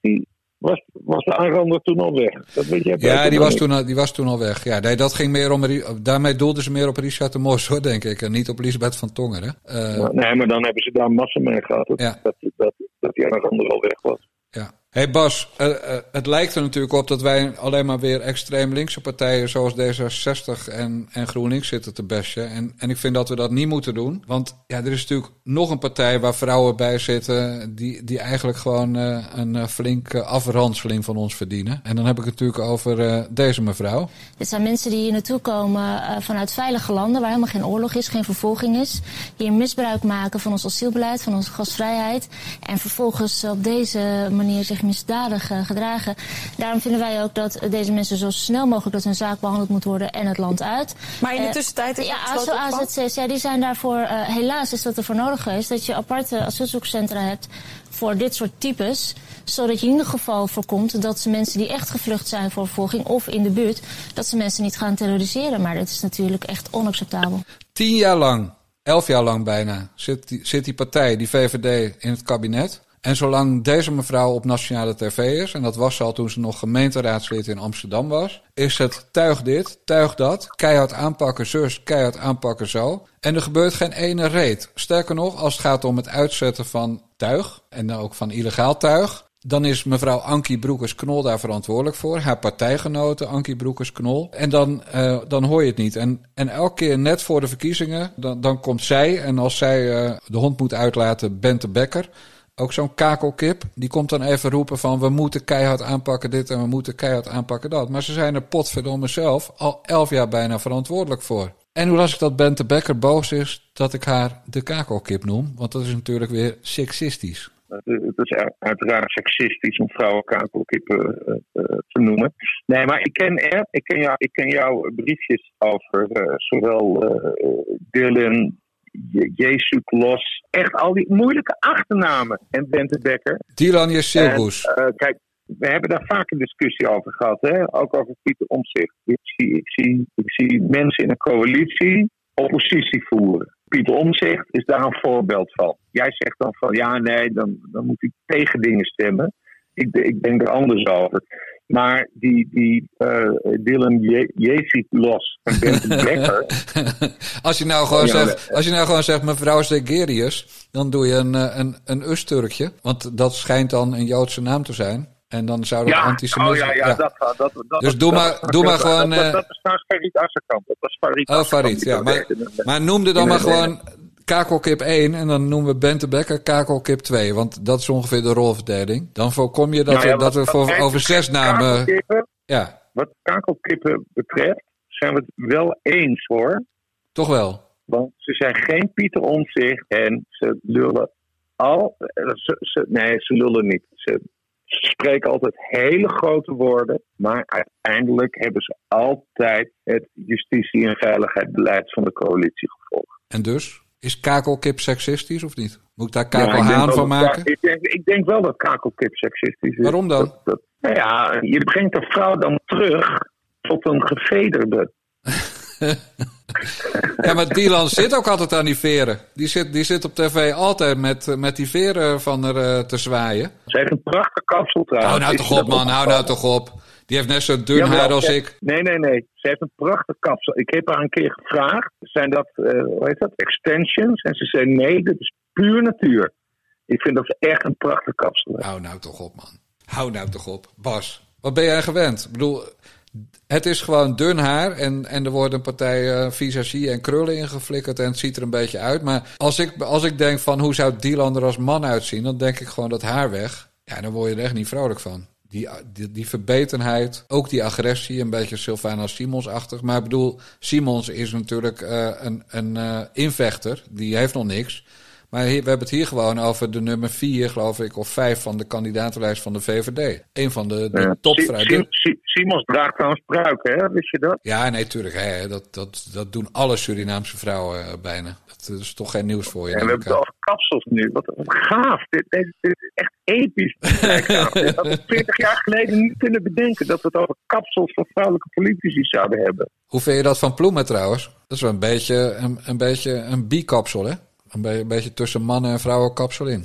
was de aanrander toen al weg? Dat weet jij. Ja, die was toen al weg. Ja, nee, dat ging meer om. Daarmee doelden ze meer op Richard de Mos, hoor, denk ik. En niet op Liesbeth van Tongeren. Nee, maar dan hebben ze daar massa mee gehad. Dat die aanrander al weg was. Ja. Hey Bas, het lijkt er natuurlijk op dat wij alleen maar weer extreem linkse partijen zoals D66 en GroenLinks zitten te bashen. En ik vind dat we dat niet moeten doen. Want ja, er is natuurlijk nog een partij waar vrouwen bij zitten die eigenlijk gewoon een flinke afranseling van ons verdienen. En dan heb ik het natuurlijk over deze mevrouw. Dit zijn mensen die hier naartoe komen vanuit veilige landen waar helemaal geen oorlog is, geen vervolging is. Hier misbruik maken van ons asielbeleid, van onze gastvrijheid. En vervolgens op deze manier zich zich misdadig gedragen. Daarom vinden wij ook dat deze mensen zo snel mogelijk dat hun zaak behandeld moet worden en het land uit. Maar in de tussentijd is ASO, AZC's, die zijn daarvoor, helaas is dat ervoor nodig geweest, dat je aparte asielzoekcentra hebt voor dit soort types, zodat je in ieder geval voorkomt dat ze mensen die echt gevlucht zijn voor vervolging of in de buurt, dat ze mensen niet gaan terroriseren. Maar dat is natuurlijk echt onacceptabel. 10 jaar lang, 11 jaar lang bijna, zit die partij, die VVD, in het kabinet. En zolang deze mevrouw op nationale tv is, en dat was ze al toen ze nog gemeenteraadslid in Amsterdam was, is het tuig dit, tuig dat, keihard aanpakken zus, keihard aanpakken zo. En er gebeurt geen ene reet. Sterker nog, als het gaat om het uitzetten van tuig, en ook van illegaal tuig, dan is mevrouw Ankie Broekers-Knol daar verantwoordelijk voor. Haar partijgenote Ankie Broekers-Knol. En dan hoor je het niet. En elke keer net voor de verkiezingen, dan komt zij, en als zij de hond moet uitlaten, Bente Bekker, ook zo'n kakelkip, die komt dan even roepen van we moeten keihard aanpakken dit en we moeten keihard aanpakken dat. Maar ze zijn er potverdomme zelf al 11 jaar bijna verantwoordelijk voor. En hoe las ik dat Bente Bekker boos is dat ik haar de kakelkip noem? Want dat is natuurlijk weer seksistisch. Het is uiteraard seksistisch om vrouwen kakelkippen te noemen. Nee, maar ik ken jouw briefjes over zowel Dylan, Jezus Los, echt al die moeilijke achternamen. En Bente Bekker. Dylan Jezus. Kijk, we hebben daar vaak een discussie over gehad, hè? Ook over Pieter Omtzigt. Ik zie mensen in een coalitie oppositie voeren. Pieter Omtzigt is daar een voorbeeld van. Jij zegt dan van, ja, nee, dan moet ik tegen dingen stemmen. Ik denk er anders over. Maar die Dylan Jezus Los en Bente Bekker. Als je nou gewoon zegt mevrouw Zegerius, dan doe je een Usturkje. Want dat schijnt dan een Joodse naam te zijn. En dan zou dat antisemitisch zijn. Dus doe maar gewoon. Dat is trouwens Farid Azarkan. Dat was Farid Azarkan. Farid, ja. Maar noem er dan maar gewoon kakelkip 1 en dan noemen we Bente Bekker kakelkip 2. Want dat is ongeveer de rolverdeling. Dan voorkom je dat we over 6 namen. Wat kakelkippen betreft zijn we het wel eens, hoor. Toch wel? Want ze zijn geen Pieter Omtzigt en ze lullen ze lullen niet. Ze spreken altijd hele grote woorden, maar uiteindelijk hebben ze altijd het justitie- en veiligheidsbeleid van de coalitie gevolgd. En dus? Is kakelkip seksistisch of niet? Moet ik daar kakelhaan van maken? Ik denk wel dat kakelkip seksistisch is. Waarom dan? Je brengt een vrouw dan terug tot een gevederde. Ja, maar Dylan zit ook altijd aan die veren. Die zit op tv altijd met die veren van er te zwaaien. Ze heeft een prachtig kapsel trouwens. Hou nou toch op, man. Hou nou toch op. Die heeft net zo dun haar als ik. Nee. Ze heeft een prachtig kapsel. Ik heb haar een keer gevraagd. Zijn dat, extensions? En ze zei nee, dit is puur natuur. Ik vind dat echt een prachtig kapsel. Hou nou toch op, man. Hou nou toch op. Bas, wat ben jij gewend? Ik bedoel, het is gewoon dun haar en er wordt een partij visagie en krullen ingeflikkerd en het ziet er een beetje uit. Maar als ik denk van hoe zou Dylan er als man uitzien, dan denk ik gewoon dat haar weg. Ja, dan word je er echt niet vrolijk van. Die verbetenheid, ook die agressie, een beetje Sylvana Simons-achtig. Maar ik bedoel, Simons is natuurlijk een invechter, die heeft nog niks. Maar we hebben het hier gewoon over de nummer 4, geloof ik, of 5 van de kandidatenlijst van de VVD. Een van de topvrouwen. Simons draagt trouwens pruiken, hè? Wist je dat? Ja, nee, tuurlijk. Hè. Dat doen alle Surinaamse vrouwen bijna. Dat is toch geen nieuws voor je. En we hebben het over kapsels nu. Wat gaaf. Dit is echt episch. Dat hadden we 20 jaar geleden niet kunnen bedenken dat we het over kapsels van vrouwelijke politici zouden hebben. Hoe vind je dat van Ploemen trouwens? Dat is wel een beetje een bikapsel, hè? Een beetje tussen mannen en vrouwen kapsel in.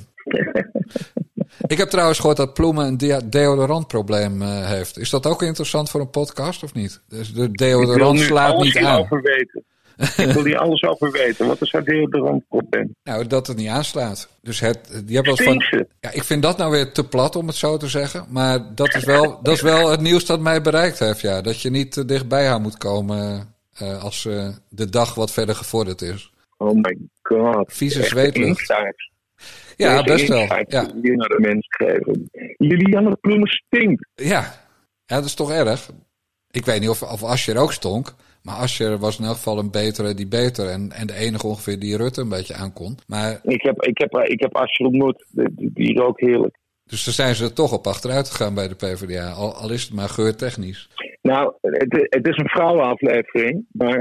Ik heb trouwens gehoord dat Ploemen een deodorantprobleem heeft. Is dat ook interessant voor een podcast of niet? Dus de deodorant slaat niet aan. Ik wil hier alles over weten. Wat is haar deodorantprobleem? Nou, dat het niet aanslaat. Dus die hebben ik vind dat nou weer te plat om het zo te zeggen. Maar dat is wel het nieuws dat mij bereikt heeft. Ja. Dat je niet te dichtbij haar moet komen als de dag wat verder gevorderd is. Oh my god. Vieze zweetlucht. Ja, best wel. Ja. Die naar de mens geven. Julianne Ploemen stinkt. Ja, dat is toch erg. Ik weet niet of Asscher ook stonk. Maar Asscher was in elk geval een betere die beter. En de enige ongeveer die Rutte een beetje aankon. Maar ik heb Asscher ontmoet. Die rook heerlijk. Dus daar zijn ze er toch op achteruit gegaan bij de PvdA, al is het maar geurtechnisch. Nou, het is een vrouwenaflevering, maar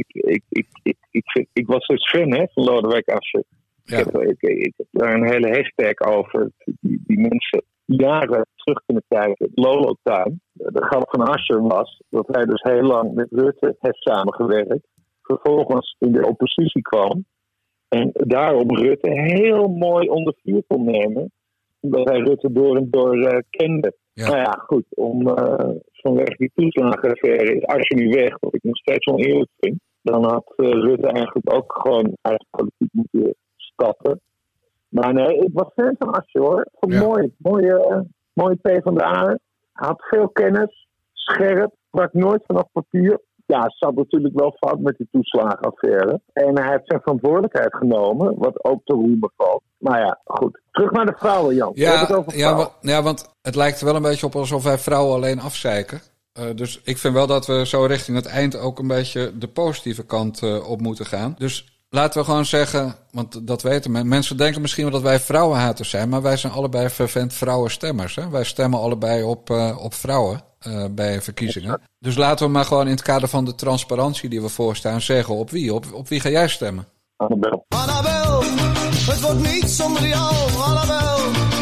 ik was dus fan van Lodewijk Asscher. Ja. Ik heb daar een hele hashtag over. Die mensen jaren terug kunnen kijken. Lolo-tuin. De grap van Asscher was dat hij dus heel lang met Rutte heeft samengewerkt. Vervolgens in de oppositie kwam. En daarom Rutte heel mooi onder vuur kon nemen. Omdat hij Rutte door en door kende. Ja. Nou ja, goed. Vanwege die toeslagenaffaire is Asscher nu weg. Wat ik nog steeds oneerlijk vind. Dan had Rutte eigenlijk ook gewoon uit politiek moeten stappen. Maar nee, ik was fan van Asscher hoor. Ja. Mooie PvdA. Hij had veel kennis. Scherp. Brak nooit vanaf papier. Ja, het zat natuurlijk wel fout met die toeslagenaffaire. En hij heeft zijn verantwoordelijkheid genomen, wat ook te roemen valt. Maar ja, goed. Terug naar de vrouwen, Jan. Ja, want het lijkt er wel een beetje op alsof wij vrouwen alleen afzeiken. Dus ik vind wel dat we zo richting het eind ook een beetje de positieve kant op moeten gaan. Dus laten we gewoon zeggen, want dat weten mensen denken misschien wel dat wij vrouwenhaters zijn, maar wij zijn allebei fervent vrouwenstemmers. Hè? Wij stemmen allebei op vrouwen bij verkiezingen. Dus laten we maar gewoon in het kader van de transparantie die we voorstaan zeggen op wie. Op wie ga jij stemmen? Annabel. Annabel, het wordt niet zonder jou, Annabel.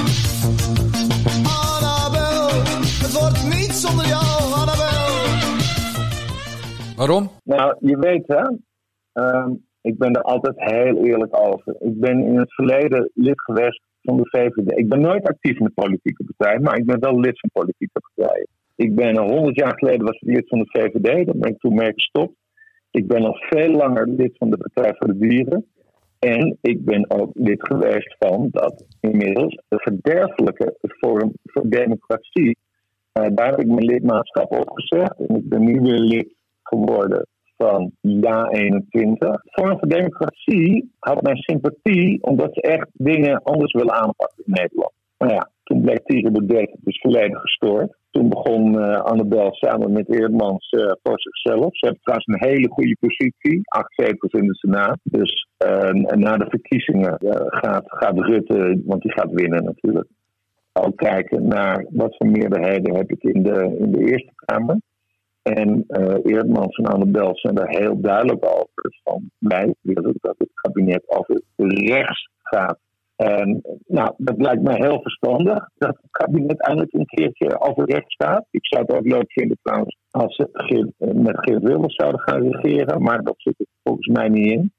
Annabel, het wordt niet zonder jou, Annabel. Waarom? Nou, je weet hè, ik ben er altijd heel eerlijk over. Ik ben in het verleden lid geweest van de VVD. Ik ben nooit actief in de politieke partij, maar ik ben wel lid van politieke partijen. Ik ben 100 jaar geleden was ik lid van de VVD, daar ben ik toen mee gestopt. Ik ben al veel langer lid van de Partij voor de Dieren. En ik ben ook lid geweest van dat inmiddels de verderfelijke Forum voor Democratie. Daar heb ik mijn lidmaatschap opgezegd. En ik ben nu weer lid geworden van JA21. Forum voor Democratie had mijn sympathie omdat ze echt dingen anders willen aanpakken in Nederland. Maar ja, toen bleek Thierry Baudet dus volledig gestoord. Toen begon Annabel samen met Eerdmans voor zichzelf. Ze hebben trouwens een hele goede positie. 8 zetels in de Senaat. Dus na de verkiezingen gaat Rutte, want die gaat winnen natuurlijk, ook kijken naar wat voor meerderheden heb ik in de Eerste Kamer. En Eerdmans en Annabel zijn daar heel duidelijk over. Van wij willen dat het kabinet over rechts gaat. En nou, dat lijkt mij heel verstandig, dat het kabinet eindelijk een keertje over rechts gaat. Ik zou het ook leuk vinden trouwens als ze met Geert Wilders zouden gaan regeren, maar dat zit er volgens mij niet in.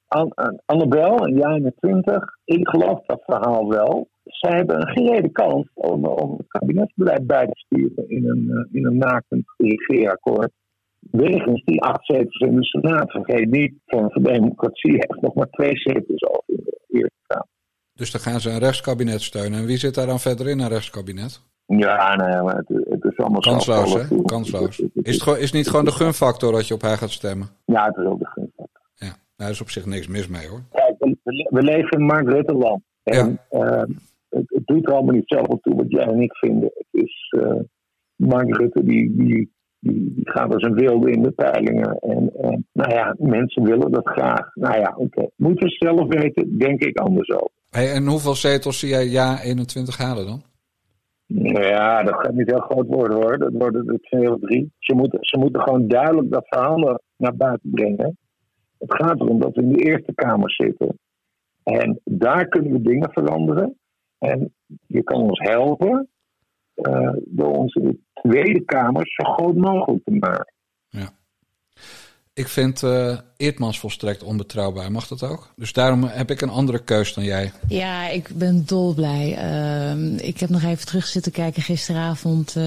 Annabel, JA21, ik geloof dat verhaal wel. Zij hebben een gerede kans om het kabinetsbeleid bij te sturen in een nakend regeerakkoord. Wegens die 8 zetels in de Senaat. Vergeet niet, Forum voor Democratie heeft nog maar 2 zetels over in de Eerste Kamer. Dus dan gaan ze een rechtskabinet steunen. En wie zit daar dan verder in een rechtskabinet? Ja, nee, maar het is allemaal kansloos, hè? Kansloos. Is het niet gewoon de gunfactor dat je op haar gaat stemmen? Ja, het is ook de gunfactor. Ja, daar is op zich niks mis mee, hoor. Kijk, we leven in Mark Rutte-land. En het doet er allemaal niet zelf toe wat jij en ik vinden. Het is Mark Rutte die gaat als een wilde in de peilingen. En nou ja, mensen willen dat graag. Nou ja, oké. Moeten we zelf weten, denk ik anders over. Hey, en hoeveel zetels zie jij JA21 halen dan? Nou ja, dat gaat niet heel groot worden hoor. Dat worden er 2 of 3. Ze moeten gewoon duidelijk dat verhaal naar buiten brengen. Het gaat erom dat we in de Eerste Kamer zitten. En daar kunnen we dingen veranderen. En je kan ons helpen door ons in de Tweede Kamer zo groot mogelijk te maken. Ja. Ik vind Eerdmans volstrekt onbetrouwbaar. Mag dat ook? Dus daarom heb ik een andere keus dan jij. Ja, ik ben dolblij. Ik heb nog even terug zitten kijken gisteravond.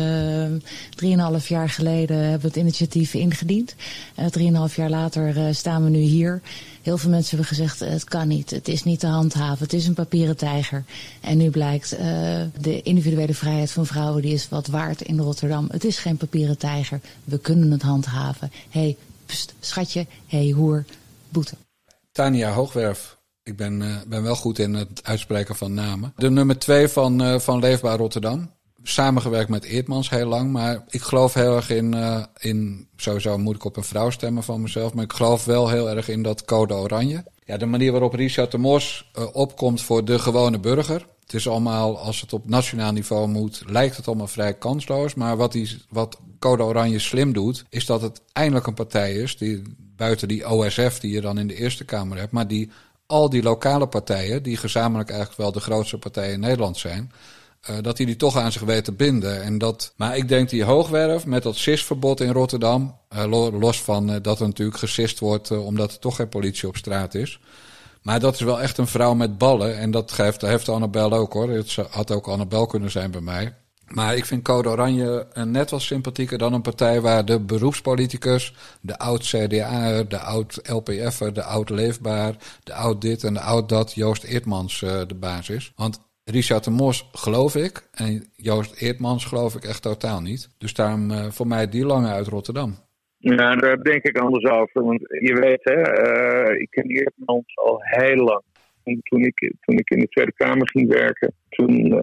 3,5 jaar geleden hebben we het initiatief ingediend. 3,5 jaar later staan we nu hier. Heel veel mensen hebben gezegd, het kan niet. Het is niet te handhaven. Het is een papieren tijger. En nu blijkt, de individuele vrijheid van vrouwen die is wat waard in Rotterdam. Het is geen papieren tijger. We kunnen het handhaven. Hey, pst, schatje, hey, hoer, boete. Tania Hoogwerf. Ik ben wel goed in het uitspreken van namen. De nummer 2 van Leefbaar Rotterdam. Samengewerkt met Eerdmans heel lang. Maar ik geloof heel erg in... Sowieso moet ik op een vrouw stemmen van mezelf. Maar ik geloof wel heel erg in dat code oranje. de manier waarop Richard de Mos opkomt voor de gewone burger. Het is allemaal, als het op nationaal niveau moet, lijkt het allemaal vrij kansloos. Maar wat Code Oranje slim doet, is dat het eindelijk een partij is, die buiten die OSF die je dan in de Eerste Kamer hebt, maar die al die lokale partijen, die gezamenlijk eigenlijk wel de grootste partijen in Nederland zijn, dat die toch aan zich weten te binden. Maar ik denk die Hoogwerf met dat SIS-verbod in Rotterdam, los van dat er natuurlijk gesist wordt omdat er toch geen politie op straat is. Maar dat is wel echt een vrouw met ballen. En dat heeft Annabel ook, hoor. Het had ook Annabel kunnen zijn bij mij. Maar ik vind Code Oranje net wat sympathieker dan een partij waar de beroepspoliticus, de oud-CDA'er, de oud-LPF'er, de oud-Leefbaar, de oud-dit en de oud-dat, Joost Eertmans de baas is. Want Richard de Mos geloof ik en Joost Eertmans geloof ik echt totaal niet. Dus daarom voor mij die lange uit Rotterdam. Ja, daar denk ik anders over. Want je weet, ik ken Eertmans al heel lang. Toen ik in de Tweede Kamer ging werken, wanneer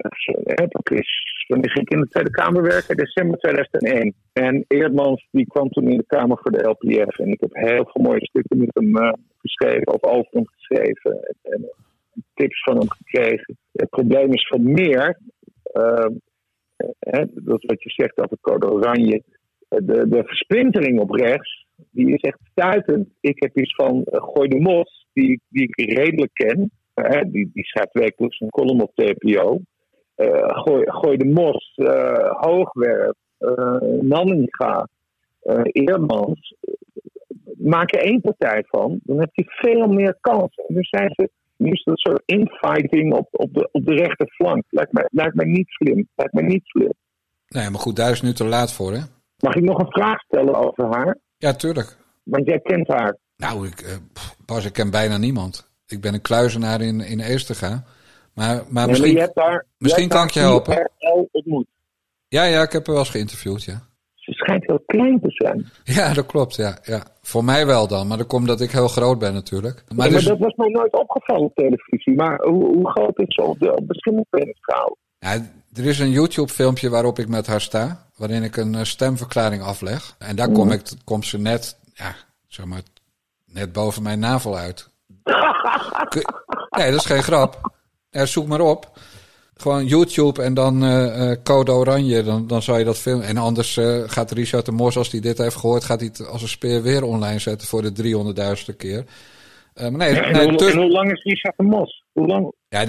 ging ik in de Tweede Kamer werken? December 2001. En Eertmans die kwam toen in de Kamer voor de LPF. En ik heb heel veel mooie stukken met hem geschreven, of over hem geschreven. En tips van hem gekregen. Het probleem is van meer, dat is wat je zegt over Code Oranje. De versplintering op rechts, die is echt stuitend. Ik heb iets van Gooi de Mos, die ik redelijk ken. Die schrijft wekelijks een column op TPO. Gooi de Mos, Hoogwerf, Nanninga, Eermans. Maak er één partij van, dan heb je veel meer kansen. Nu is dat soort infighting op de rechterflank. Lijkt mij niet slim. Nee, maar goed, daar is nu te laat voor, hè? Mag ik nog een vraag stellen over haar? Ja, tuurlijk. Want jij kent haar. Nou, ik ken bijna niemand. Ik ben een kluizenaar in Eestega. Maar misschien kan ik je helpen. Al ontmoet. Ja, ik heb haar wel eens geïnterviewd, ja. Ze schijnt heel klein te zijn. Ja, dat klopt, ja. Voor mij wel dan, maar dat komt dat ik heel groot ben natuurlijk. Maar dat was mij nooit opgevallen op televisie. Maar hoe groot is ze op de beschermingsvrouw? Ja, er is een YouTube-filmpje waarop ik met haar sta, waarin ik een stemverklaring afleg. En daar komt ze net boven mijn navel uit. Nee, dat is geen grap. Zoek maar op. Gewoon YouTube en dan Code Oranje, dan zou je dat filmen. En anders gaat Richard de Mos, als hij dit heeft gehoord, gaat hij het als een speer weer online zetten voor de 300.000ste keer. En hoe lang is Richard de Mos? Hoe lang? Ja,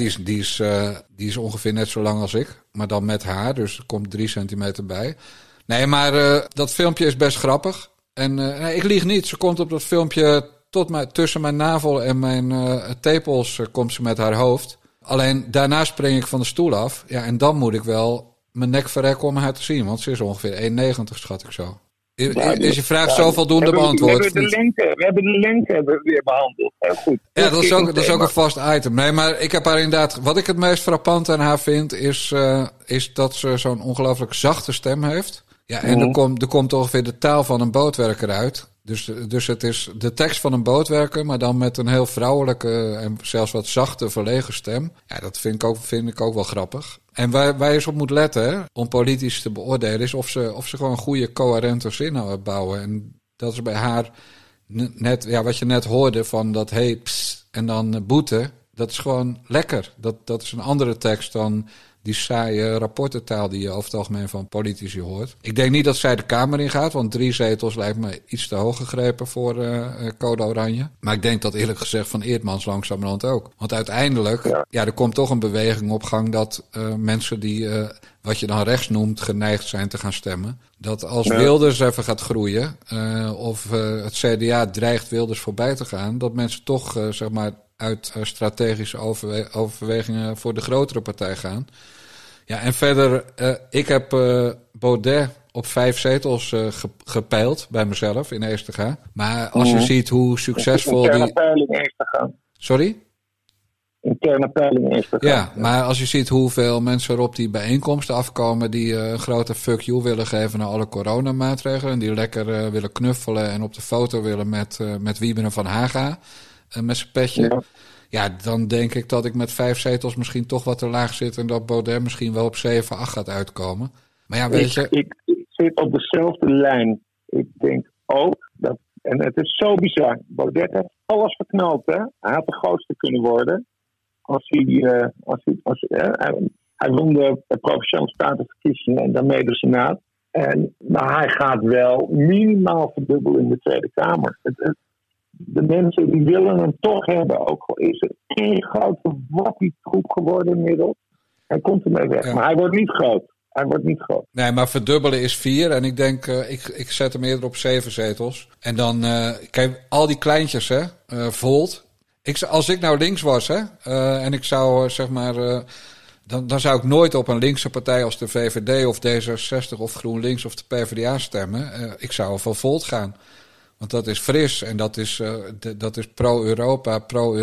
die is ongeveer net zo lang als ik, maar dan met haar, dus er komt 3 centimeter bij. Nee, maar dat filmpje is best grappig. En ik lieg niet, ze komt op dat filmpje tussen mijn navel en mijn tepels komt ze met haar hoofd. Alleen daarna spring ik van de stoel af. Ja, en dan moet ik wel mijn nek verrekken om haar te zien. Want ze is ongeveer 1,90 schat ik zo. Is je vraag zo voldoende beantwoord? We hebben de lengte weer behandeld. Heel goed. Ja, dat is ook een vast item. Nee, maar ik heb haar inderdaad... Wat ik het meest frappant aan haar vind, is dat ze zo'n ongelooflijk zachte stem heeft. Ja, en er komt ongeveer de taal van een bootwerker uit. Dus het is de tekst van een bootwerker, maar dan met een heel vrouwelijke en zelfs wat zachte, verlegen stem. Ja, dat vind ik ook wel grappig. En waar je eens op moet letten, hè, om politisch te beoordelen, is of ze gewoon goede, coherente zinnen bouwen. En dat is bij haar net, ja, wat je net hoorde van dat hey, pss, en dan boete. Dat is gewoon lekker. Dat is een andere tekst dan die saaie rapportentaal die je over het algemeen van politici hoort. Ik denk niet dat zij de Kamer in gaat, want 3 zetels lijkt me iets te hoog gegrepen voor Code Oranje. Maar ik denk dat eerlijk gezegd van Eertmans langzamerhand ook. Want uiteindelijk, er komt toch een beweging op gang dat mensen die, wat je dan rechts noemt, geneigd zijn te gaan stemmen. Dat als Wilders even gaat groeien, of het CDA dreigt Wilders voorbij te gaan, dat mensen toch, uit strategische overwegingen voor de grotere partij gaan. Ja, en verder, ik heb Baudet op 5 zetels gepeild bij mezelf in Eestega. Maar als je ziet hoe succesvol interne peiling Eestega. Sorry? Interne peiling Eestega. Ja, maar als je ziet hoeveel mensen er op die bijeenkomsten afkomen die een grote fuck you willen geven naar alle coronamaatregelen. En die lekker willen knuffelen en op de foto willen met Wieberen van Haga. Met zijn petje. Ja, dan denk ik dat ik met 5 zetels misschien toch wat te laag zit en dat Baudet misschien wel op 7, 8 gaat uitkomen. Maar ja, weet je... Ik zit op dezelfde lijn. Ik denk ook dat En het is zo bizar. Baudet heeft alles verknald, hè. Hij had de grootste kunnen worden. Hij won de Provinciale Statenverkiezingen en daarmee de Senaat. Maar hij gaat wel minimaal verdubbelen in de Tweede Kamer. De mensen die willen hem toch hebben. Ook al is het één grote wappietroep geworden inmiddels. Hij komt ermee weg. Ja. Maar hij wordt niet groot. Nee, maar verdubbelen is 4. En ik denk, ik zet hem eerder op 7 zetels. En dan, kijk, al die kleintjes, hè. Volt. Als ik nou links was, hè. En ik zou, zeg maar... Dan zou ik nooit op een linkse partij als de VVD of D66 of GroenLinks of de PvdA stemmen. Ik zou voor Volt gaan. Want dat is fris en dat is pro-Europa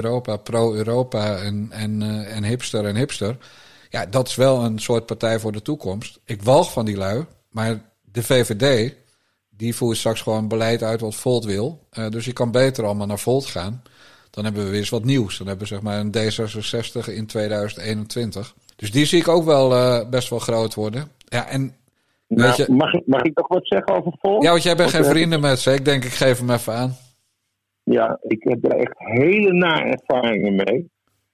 en hipster. Ja, dat is wel een soort partij voor de toekomst. Ik walg van die lui, maar de VVD, die voert straks gewoon beleid uit wat Volt wil. Dus je kan beter allemaal naar Volt gaan. Dan hebben we weer eens wat nieuws. Dan hebben we zeg maar een D66 in 2021. Dus die zie ik ook wel best wel groot worden. Ja, en weet je, mag ik nog wat zeggen over Volt? Ja, want jij bent geen vrienden met ze. Ik denk, ik geef hem even aan. Ja, ik heb daar echt hele nare ervaringen mee.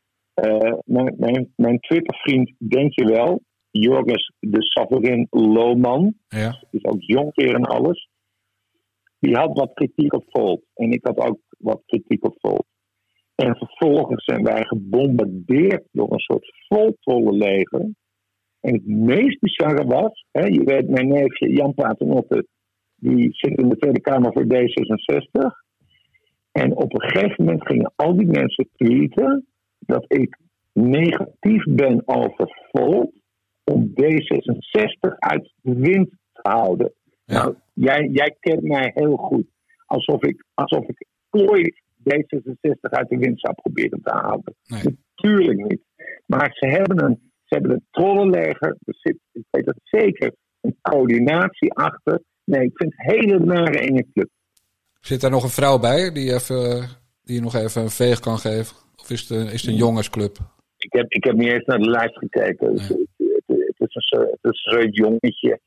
Mijn Twitter-vriend, denk je wel, Jorgis de Savarin Lohman, is ook jonkheer en alles, die had wat kritiek op Volt. En ik had ook wat kritiek op Volt. En vervolgens zijn wij gebombardeerd door een soort Volt-trollenleger. En het meest bizarre was, je weet, mijn neefje Jan Paternotte, die zit in de Tweede Kamer voor D66. En op een gegeven moment gingen al die mensen tweeten dat ik negatief ben over Volt om D66 uit de wind te houden. Ja. Nou, jij kent mij heel goed. Alsof ik ooit D66 uit de wind zou proberen te halen. Nee. Natuurlijk niet. Maar ze hebben een trollenleger. Er zit, ik weet het zeker, een coördinatie achter. Nee, ik vind het hele nare enge club. Zit daar nog een vrouw bij die je nog even een veeg kan geven? Of is het een jongensclub? Ik heb niet eens naar de lijst gekeken. Ja. Het is een soort jongetje.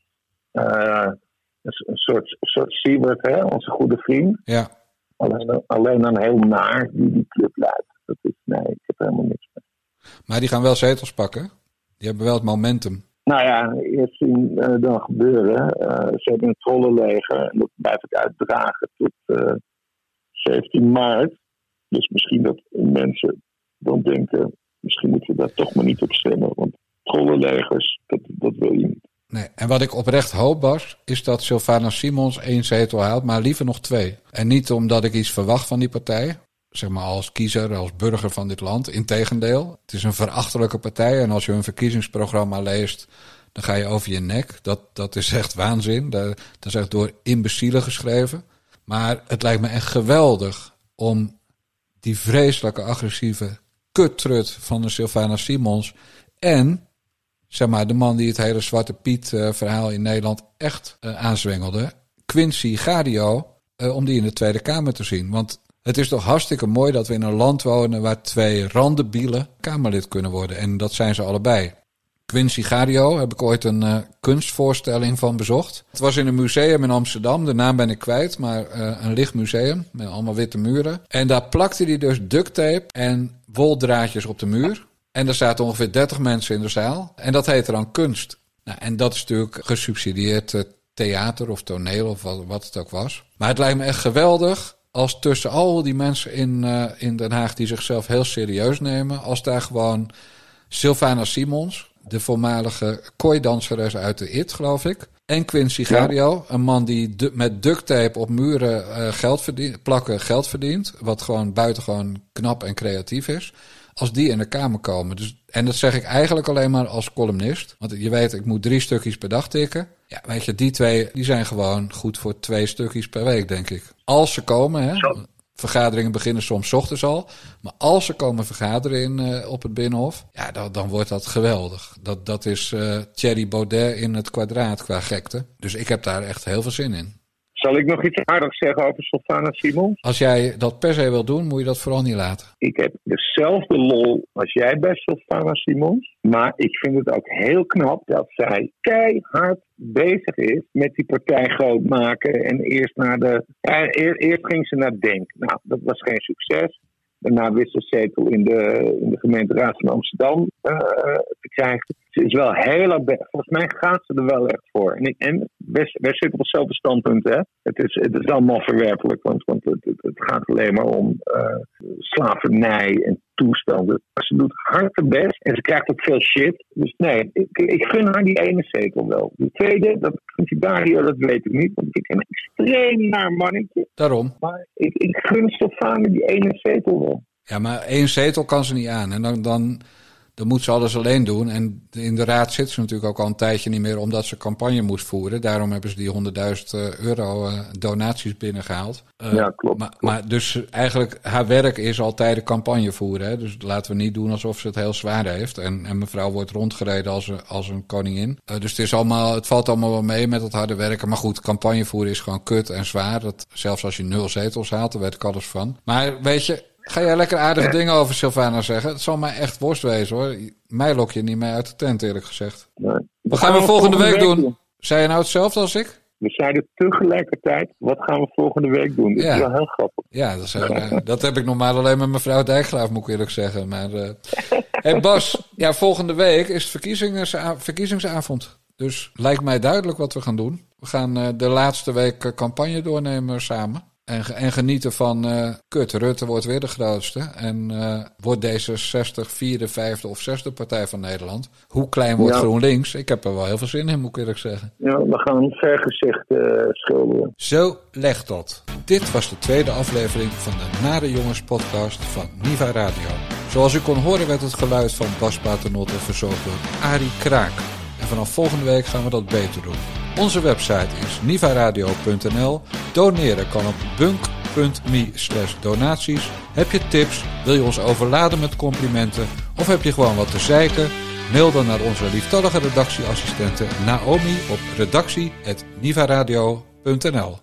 Een soort Siebert, hè, onze goede vriend. Ja. Alleen dan heel naar die club leidt. Nee, ik heb helemaal niks mee. Maar die gaan wel zetels pakken. Die hebben wel het momentum. Nou ja, eerst zien dan gebeuren. Ze hebben een trollenleger. En dat blijf ik uitdragen tot 17 maart. Dus misschien dat mensen dan denken, misschien moeten we daar toch maar niet op stemmen. Want trollenlegers, dat wil je niet. Nee, en wat ik oprecht hoop, Bas, is dat Sylvana Simons 1 zetel haalt, maar liever nog 2. En niet omdat ik iets verwacht van die partij, zeg maar als kiezer, als burger van dit land. Integendeel, het is een verachtelijke partij en als je hun verkiezingsprogramma leest, dan ga je over je nek. Dat is echt waanzin. Dat is echt door imbecielen geschreven. Maar het lijkt me echt geweldig om die vreselijke agressieve kuttrut van de Sylvana Simons en zeg maar de man die het hele Zwarte Piet verhaal in Nederland echt aanzwengelde, Quincy Gadio, om die in de Tweede Kamer te zien. Want het is toch hartstikke mooi dat we in een land wonen waar 2 randebielen Kamerlid kunnen worden. En dat zijn ze allebei. Quincy Gadio heb ik ooit een kunstvoorstelling van bezocht. Het was in een museum in Amsterdam, de naam ben ik kwijt, maar een licht museum met allemaal witte muren. En daar plakte hij dus ducttape en woldraadjes op de muur. En er zaten ongeveer 30 mensen in de zaal. En dat heette dan kunst. Nou, en dat is natuurlijk gesubsidieerd theater of toneel of wat het ook was. Maar het lijkt me echt geweldig als tussen al die mensen in Den Haag die zichzelf heel serieus nemen, als daar gewoon Sylvana Simons, de voormalige kooidanseres uit de IT, geloof ik, en Quincy Gadio, een man die met ducttape op muren geld verdient, wat gewoon buitengewoon knap en creatief is. Als die in de Kamer komen. Dus, en dat zeg ik eigenlijk alleen maar als columnist. Want je weet, ik moet 3 stukjes per dag tikken. Ja, weet je, die 2 die zijn gewoon goed voor 2 stukjes per week, denk ik. Als ze komen, hè. Vergaderingen beginnen soms 's ochtends al. Maar als ze komen vergaderen op het Binnenhof, ja, dan wordt dat geweldig. Dat is Thierry Baudet in het kwadraat qua gekte. Dus ik heb daar echt heel veel zin in. Zal ik nog iets aardigs zeggen over Sylvana Simons? Als jij dat per se wil doen, moet je dat vooral niet laten. Ik heb dezelfde lol als jij bij Sylvana Simons. Maar ik vind het ook heel knap dat zij keihard bezig is met die partij groot maken. En eerst eerst ging ze naar Denk. Nou, dat was geen succes. Daarna wist ze zetel in de gemeenteraad van Amsterdam te krijgen. Ze is wel heel erg. Volgens mij gaat ze er wel echt voor. En wij zitten op hetzelfde standpunt, hè. Het is allemaal verwerpelijk, want het gaat alleen maar om slavernij en toestanden. Maar ze doet hard haar best en ze krijgt ook veel shit. Dus nee, ik gun haar die ene zetel wel. De tweede, dat Dario, dat weet ik niet. Want ik ben een extreem naar mannetje. Daarom. Maar ik gun Sylvana die ene zetel wel. Ja, maar 1 zetel kan ze niet aan. En dan moet ze alles alleen doen. En in de raad zit ze natuurlijk ook al een tijdje niet meer, omdat ze campagne moest voeren. Daarom hebben ze die €100.000 donaties binnengehaald. Ja, klopt. Maar dus eigenlijk haar werk is altijd de campagne voeren. Hè? Dus laten we niet doen alsof ze het heel zwaar heeft. En mevrouw wordt rondgereden als een koningin. Dus het valt allemaal wel mee met het harde werken. Maar goed, campagne voeren is gewoon kut en zwaar. Zelfs als je 0 zetels haalt, daar weet ik alles van. Maar weet je, ga jij lekker aardige dingen over Sylvana zeggen? Het zal mij echt worst wezen, hoor. Mij lok je niet mee uit de tent, eerlijk gezegd. Nee. Wat gaan we volgende week doen? Zei je nou hetzelfde als ik? We zeiden tegelijkertijd, wat gaan we volgende week doen? Dat is wel heel grappig. Ja, dat heb ik normaal alleen met mevrouw Dijkgraaf, moet ik eerlijk zeggen. Maar, hey Bas, ja, volgende week is verkiezingsavond. Dus lijkt mij duidelijk wat we gaan doen. We gaan de laatste week campagne doornemen samen. En genieten van, Rutte wordt weer de grootste. En wordt D66 4e, 5e of 6e partij van Nederland. Hoe klein wordt GroenLinks? Ik heb er wel heel veel zin in, moet ik eerlijk zeggen. Ja, we gaan een vergezicht schilderen. Zo legt dat. Dit was de tweede aflevering van de Nare Jongens podcast van Niva Radio. Zoals u kon horen werd het geluid van Bas Paternotte verzorgd door Arie Kraak. En vanaf volgende week gaan we dat beter doen. Onze website is nivaradio.nl. Doneren kan op bunk.me/donaties. Heb je tips? Wil je ons overladen met complimenten? Of heb je gewoon wat te zeiken? Mail dan naar onze lieftallige redactieassistente Naomi op redactie@nivaradio.nl.